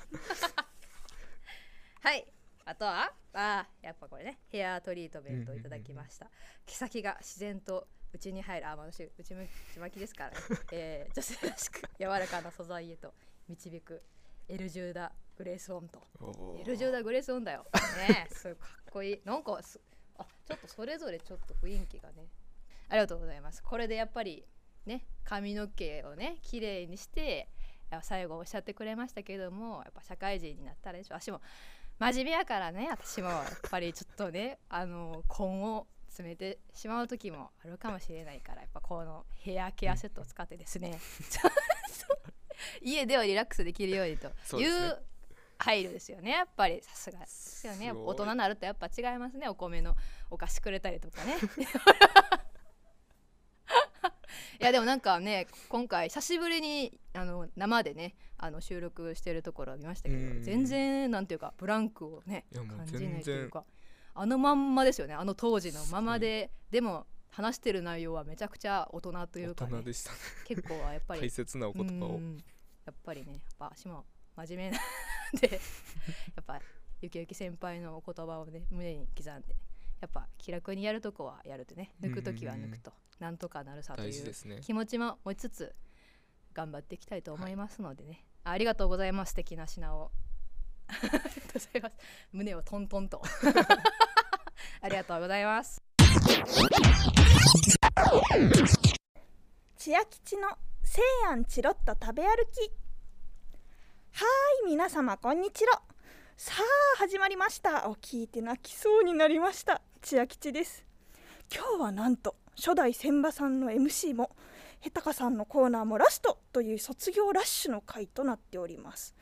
はい、あとはやっぱこれね、ヘアトリートメントをいただきました。毛先が自然と内に入る、私内巻きですからね、女性らしく柔らかな素材へと導くエルジューダグレースオンと。エルジューダグレースオンだよね。すごいかっこいい。ちょっとそれぞれちょっと雰囲気がね、ありがとうございます。これでやっぱりね、髪の毛をね綺麗にして、最後おっしゃってくれましたけども、やっぱ社会人になったらでしょ。私も真面目やからね、私もやっぱりちょっとね根を詰めてしまう時もあるかもしれないから、やっぱこのヘアケアセットを使ってですね家ではリラックスできるようにという配慮ですよね。やっぱりさすがですよね。大人になるとやっぱ違いますね。お米のお菓子くれたりとかねいやでもね、今回久しぶりに生でね収録してるところを見ましたけど、全然なんていうかブランクをね感じないというか、まんまですよね。当時のままで。でも話してる内容はめちゃくちゃ大人というか、ね、 大人でしたね。 結構はやっぱり大切なお言葉をやっぱりね、やっぱ私も真面目なんでやっぱゆきゆき先輩のお言葉をね胸に刻んで、やっぱ気楽にやるとこはやるってね、抜くときは抜くとなんとかなるさという気持ちも持ちつつ頑張っていきたいと思いますのでね、ありがとうございます。素敵な品をありがとうございます。胸をトントンとありがとうございます。 千秋吉の西安チロッと食べ歩き。はーい、皆様こんにちは。さあ始まりました。聞いて泣きそうになりました。千秋吉です。今日はなんと初代千葉さんの MC もへたかさんのコーナーもラストという卒業ラッシュの回となっております。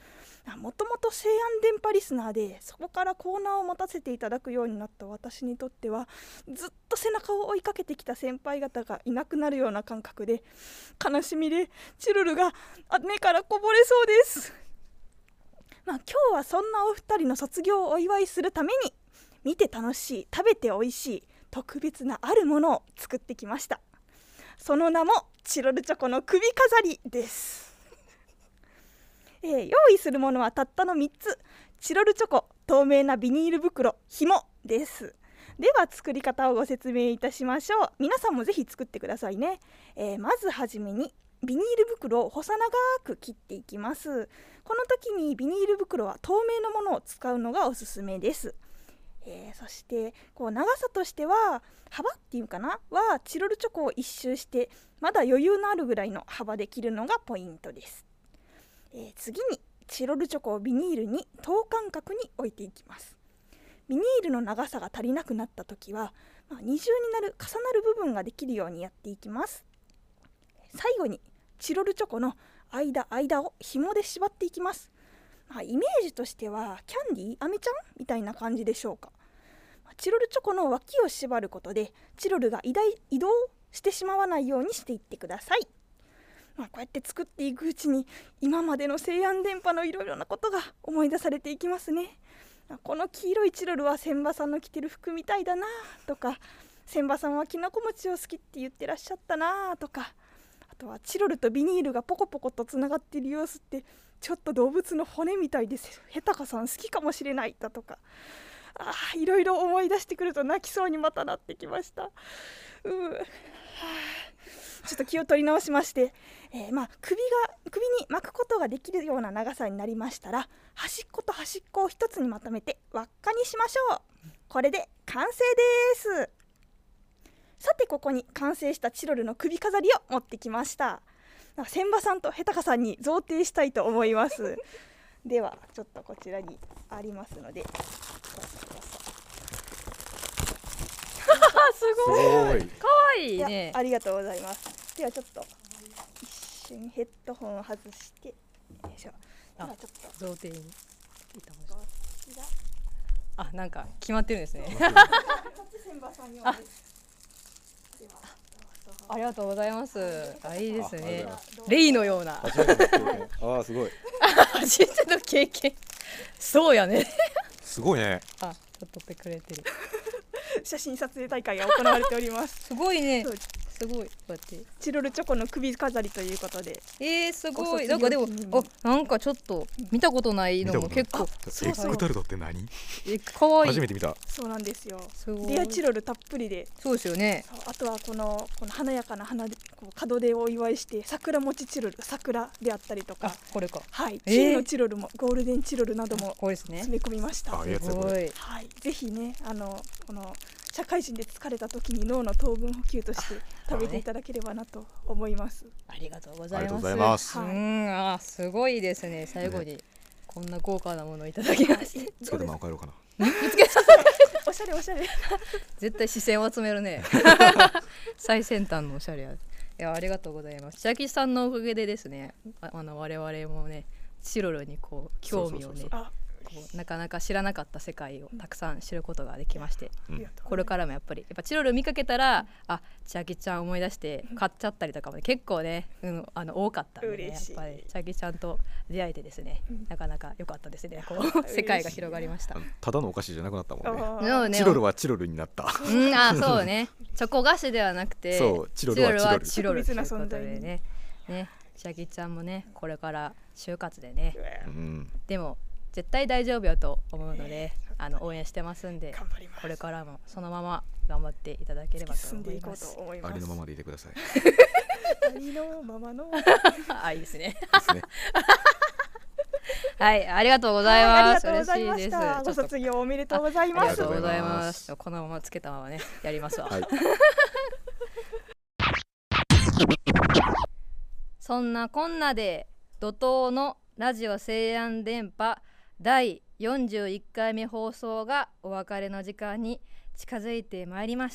もともと西安電波リスナーで、そこからコーナーを持たせていただくようになった私にとっては、ずっと背中を追いかけてきた先輩方がいなくなるような感覚で、悲しみでチルルが目からこぼれそうです。今日はそんなお二人の卒業をお祝いするために、見て楽しい、食べておいしい特別なあるものを作ってきました。その名もチロルチョコの首飾りです。用意するものはたったの3つ。チロルチョコ、透明なビニール袋、紐です。では作り方をご説明いたしましょう。皆さんもぜひ作ってくださいね。まずはじめにビニール袋を細長く切っていきます。この時にビニール袋は透明のものを使うのがおすすめです。そして長さとしては、幅っていうかなはチロルチョコを一周してまだ余裕のあるぐらいの幅で切るのがポイントです。次にチロルチョコをビニールに等間隔に置いていきます。ビニールの長さが足りなくなった時は、二重になる重なる部分ができるようにやっていきます。最後にチロルチョコの間を紐で縛っていきます。イメージとしてはキャンディー、アメちゃんみたいな感じでしょうか。チロルチョコの脇を縛ることでチロルが移動してしまわないようにしていってください。こうやって作っていくうちに、今までの西安電波のいろいろなことが思い出されていきますね。この黄色いチロルは千葉さんの着てる服みたいだなとか、千葉さんはきなこ餅を好きって言ってらっしゃったなとか、あとはチロルとビニールがポコポコとつながっている様子ってちょっと動物の骨みたいです。ヘタカさん好きかもしれないだとか、いろいろ思い出してくると泣きそうにまたなってきました。ちょっと気を取り直しまして、首に巻くことができるような長さになりましたら、端っこと端っこを一つにまとめて輪っかにしましょう。これで完成です。さて、ここに完成したチロルの首飾りを持ってきました。千葉さんとヘタカさんに贈呈したいと思います。ではちょっとこちらにありますので、 すごいかわいいね。 ありがとうございます。ではちょっと一瞬ヘッドホンを外して、よいしょ。ちょっと贈呈になんか決まってるんですね。ありがとうございます。いいですね。レイのような。 すごい。 初めての経験。そうやね。 すごいね。 ちょっと撮ってくれてる。 写真撮影大会が行われております。 すごいね。すごい。こうやってチロルチョコの首飾りということで。 すごい。なんかでもなんかちょっと見たことないのも結構。 エクタルトって何？ かわいい。 初めて見た。 そうなんですよ。レアチロルたっぷりで。 そうですよね。 あとはこの華やかな門出をお祝いして桜餅チロル、桜であったりとか。 これか。 はい。金のチロルもゴールデンチロルなども詰め込みました。 ありがとうございます。 はい。ぜひね、この社会人で疲れた時に脳の糖分補給として食べていただければなと思います。 ありがとうございます。すごいですね。最後にこんな豪華なものをいただきまして。 つけても帰ろうかな。 おしゃれおしゃれ。 絶対視線を集めるね。最先端のおしゃれや。ありがとうございます。千秋さんのおかげでですね、我々もね、チロルに興味をね。なかなか知らなかった世界をたくさん知ることができまして、これからもやっぱチロル見かけたら千秋ちゃん思い出して買っちゃったりとかも結構ね、多かったんでね、やっぱり千秋ちゃんと出会えてですね、なかなか良かったですね。世界が広がりました。 ただのお菓子じゃなくなったもんね。チロルはチロルになった。 そうね。チョコ菓子ではなくて、 チロルはチロルということでね。千秋ちゃんもね、これから就活でね、でも絶対大丈夫やと思うので、応援してますんで、これからもそのまま頑張っていただければと思います。 ありのままでいてください。 ありのままの。 いいですね。はい、ありがとうございます。嬉しいです。 ご卒業おめでとうございます。 ありがとうございます。このままつけたままね、やりますわ。そんなこんなで怒涛のラジオ西安電波第41回目放送がお別れの時間に近づいてまいりました。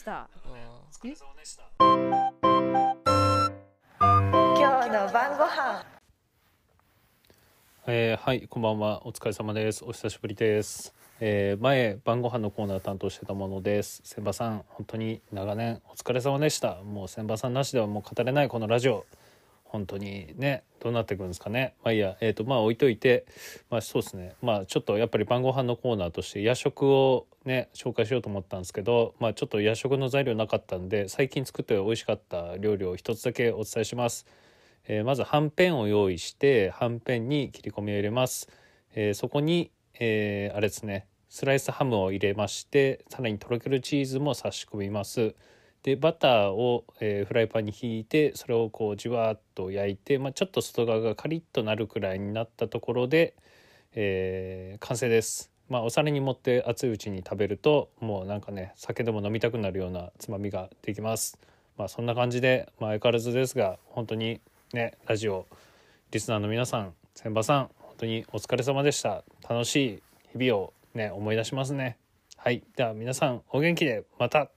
今日の晩ご飯。 はい、こんばんは。お疲れ様です。お久しぶりです。前晩ご飯のコーナー担当してたものです。千葉さん、本当に長年お疲れ様でした。もう千葉さんなしではもう語れないこのラジオ、本当にね、どうなっていくんですかね。まあいいや、置いといて、そうですね。ちょっとやっぱり晩ご飯のコーナーとして夜食をね紹介しようと思ったんですけど、ちょっと夜食の材料なかったんで、最近作って美味しかった料理を一つだけお伝えします。まずはんぺんを用意して、はんぺんに切り込みを入れます。そこに、あれですね、スライスハムを入れまして、さらにとろけるチーズも差し込みます。でバターを、フライパンにひいて、それをこうじわっと焼いて、ちょっと外側がカリッとなるくらいになったところで、完成です。お皿に盛って熱いうちに食べると、もうなんかね、酒でも飲みたくなるようなつまみができます。そんな感じで、相変わらずですが、本当にね、ラジオリスナーの皆さん、千葉さん、本当にお疲れ様でした。楽しい日々をね、思い出しますね。はい、では皆さんお元気で、また。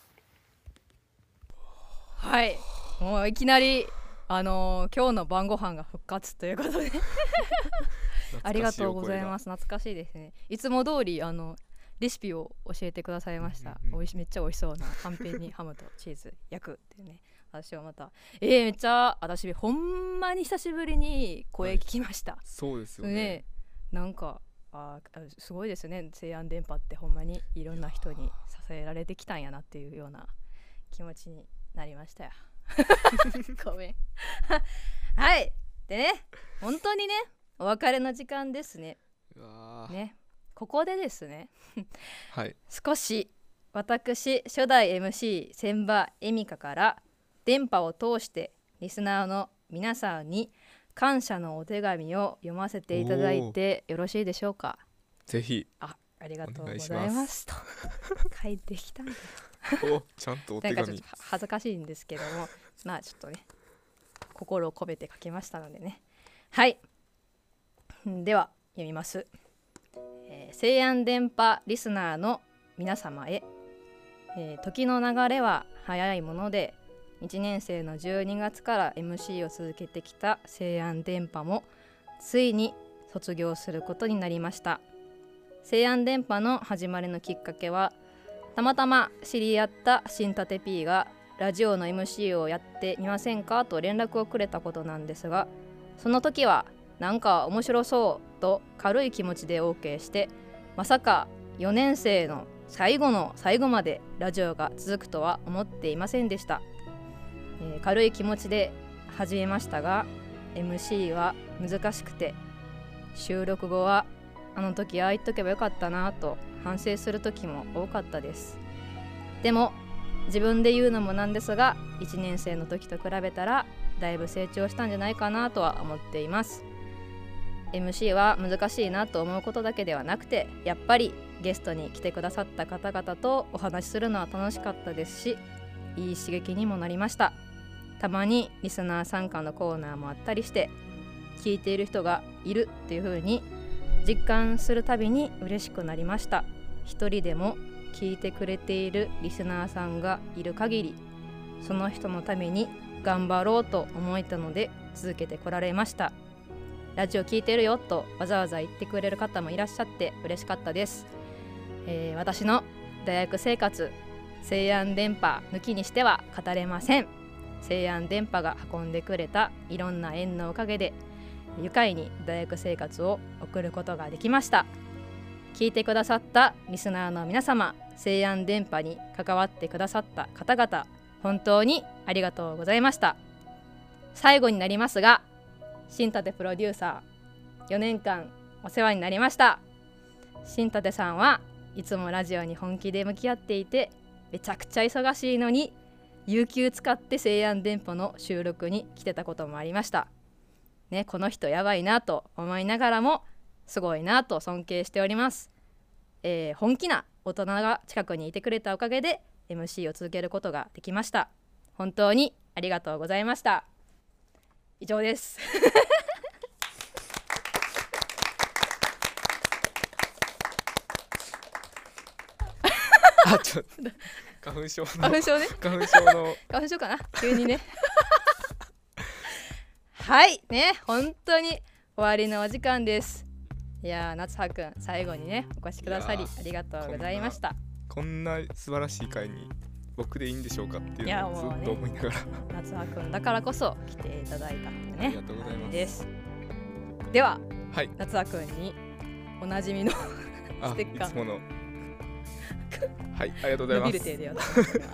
はい、もういきなり今日の晩ご飯が復活ということでありがとうございます。懐かしいですね。いつも通りレシピを教えてくださいました。めっちゃ美味しそうなはんぺんにハムとチーズ焼くっていうね。私はまためっちゃ私ほんまに久しぶりに声聞きました、 そうですよね。 なんかすごいですね。西安電波ってほんまにいろんな人に支えられてきたんやなっていうような気持ちになりましたよごめんはいでね、本当にね、お別れの時間ですね。ね、ここでですねはい、 少し私初代 MC 千葉恵美香から電波を通してリスナーの皆さんに感謝のお手紙を読ませていただいてよろしいでしょうか。 ぜひ。 ありがとうございますと書いてきたんだちゃんとお手紙。 なんかちょっと恥ずかしいんですけども、ちょっとね、心を込めて書きましたのでね。はい、では読みます。西安電波リスナーの皆様へ、時の流れは早いもので、1年生の12月から MC を続けてきた西安電波もついに卒業することになりました。西安電波の始まりのきっかけは、たまたま知り合った新立 P がラジオの MC をやってみませんかと連絡をくれたことなんですが、その時はなんか面白そうと軽い気持ちで OK して、まさか4年生の最後の最後までラジオが続くとは思っていませんでした。軽い気持ちで始めましたが、 MC は難しくて、収録後はあの時ああ言っとけばよかったなと反省する時も多かったです。でも自分で言うのもなんですが、1年生の時と比べたらだいぶ成長したんじゃないかなとは思っています。 MC は難しいなと思うことだけではなくて、やっぱりゲストに来てくださった方々とお話しするのは楽しかったですし、いい刺激にもなりました。たまにリスナー参加のコーナーもあったりして、聞いている人がいるっていう風に実感するたびに嬉しくなりました。一人でも聞いてくれているリスナーさんがいる限り、その人のために頑張ろうと思えたので続けてこられました。ラジオ聞いてるよとわざわざ言ってくれる方もいらっしゃって嬉しかったです。私の大学生活、西安電波抜きにしては語れません。西安電波が運んでくれたいろんな縁のおかげで愉快に大学生活を送ることができました。聞いてくださったリスナーの皆様、西安電波に関わってくださった方々、本当にありがとうございました。最後になりますが、新立プロデューサー4年間お世話になりました。新立さんはいつもラジオに本気で向き合っていて、めちゃくちゃ忙しいのに有給使って西安電波の収録に来てたこともありましたね。この人やばいなと思いながらも、すごいなと尊敬しております。本気な大人が近くにいてくれたおかげで MC を続けることができました。本当にありがとうございました。以上ですちょっと花粉症の花粉症ね花粉症の花粉症かな急にねはいね、本当に終わりのお時間です。いやー、夏葉くん最後にねお越しくださりありがとうございました。 こんな素晴らしい会に僕でいいんでしょうかっていうのをずっと思いながら、 夏葉くんだからこそ来ていただいたんでね。 ありがとうございますですでは、 はい、 夏葉くんにおなじみのステッカーいつものはい、ありがとうございます。 伸びる程度よ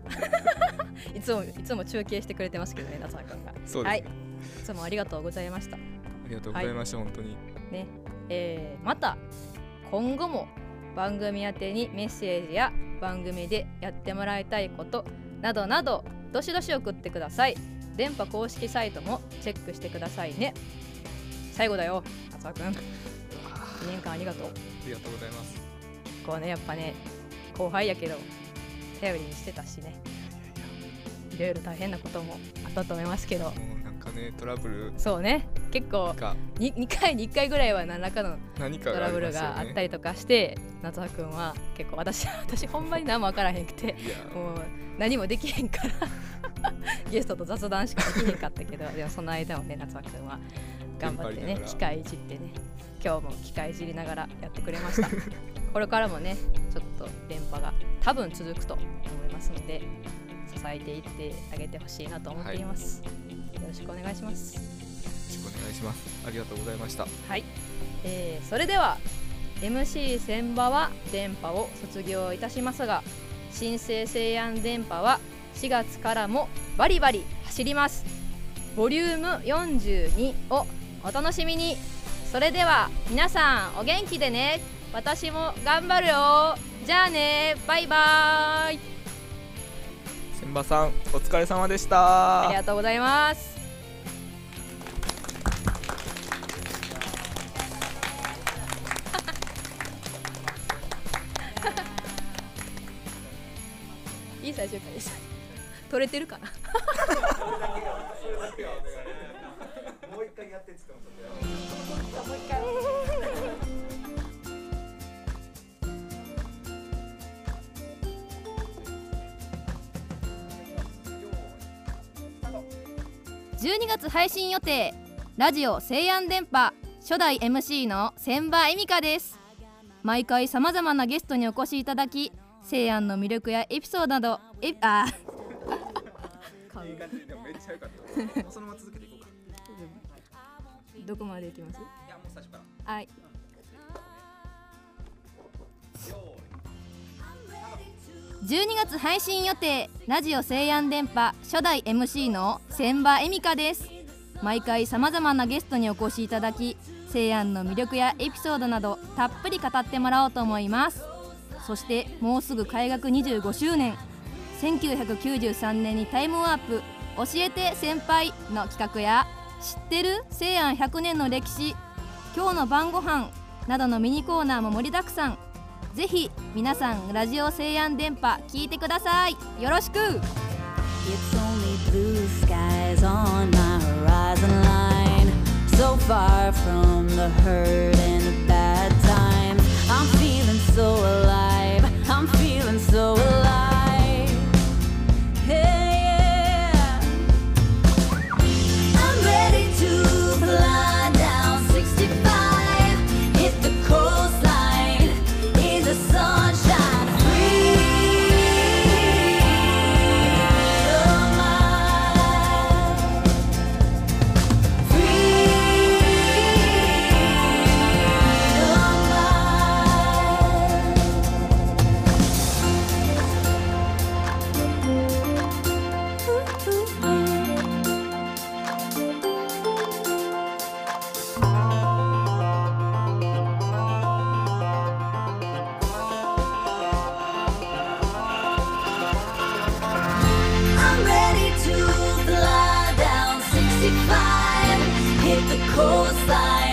いつも中継してくれてますけどね、夏葉くんが。 そうですね、 はい、いつもありがとうございました。 ありがとうございました、はい、本当にね、また今後も番組宛てにメッセージや番組でやってもらいたいことなどなどどしどし送ってください。電波公式サイトもチェックしてくださいね。最後だよ、夏葉くん、2年間ありがとう。 ありがとうございます。 こうね、やっぱね後輩やけど頼りにしてたしね、いろいろ大変なこともあったと思いますけど、 なんかね、トラブル、 そうね、結構 2回に1回ぐらいは何らかのトラブルがあったりとかして、夏葉くんは結構私ほんまに何も分からへんくて、もう何もできへんからゲストと雑談しかできへんかったけどでもその間もね、夏葉くんは頑張ってね、機械いじってね、今日も機械いじりながらやってくれましたこれからもね、ちょっと電波が多分続くと思いますので、支えていってあげてほしいなと思っています、はい、よろしくお願いします。よろしくお願いします。ありがとうございました。 はい、それでは MC 千葉は電波を卒業いたしますが、新生西安電波は4月からもバリバリ走ります。ボリューム42をお楽しみに。それでは皆さんお元気でね。私も頑張るよ。じゃあね、バイバイ。 千葉さんお疲れ様でした。 ありがとうございます。いい最終回でした。取れてるかなもう一回やってって言ってもう一回12月配信予定ラジオ西安電波初代 MC の千葉恵美香です。毎回さまざまなゲストにお越しいただき、西安の魅力やエピソードなどめっちゃ良かったそのまま続けていこうか。どこまでいきます？いや、もう最初から。はい。12月配信予定ラジオ西安電波初代 MC の千葉恵美香です。毎回さまざまなゲストにお越しいただき、西安の魅力やエピソードなどたっぷり語ってもらおうと思います。そしてもうすぐ開学25周年、1993年にタイムワープ教えて先輩の企画や、知ってる西安100年の歴史、今日の晩ご飯などのミニコーナーも盛りだくさん。ぜひ皆さんラジオ西安電波聞いてください。よろしく。 It's only blue skies on my horizon line, so far from the hurt and the bad times. I'm feeling so alive, I'm feeling so alive. Hey, yeah. I'm ready to fly down 65, hit the coastline, in the sunshine, free. Hit the coastline.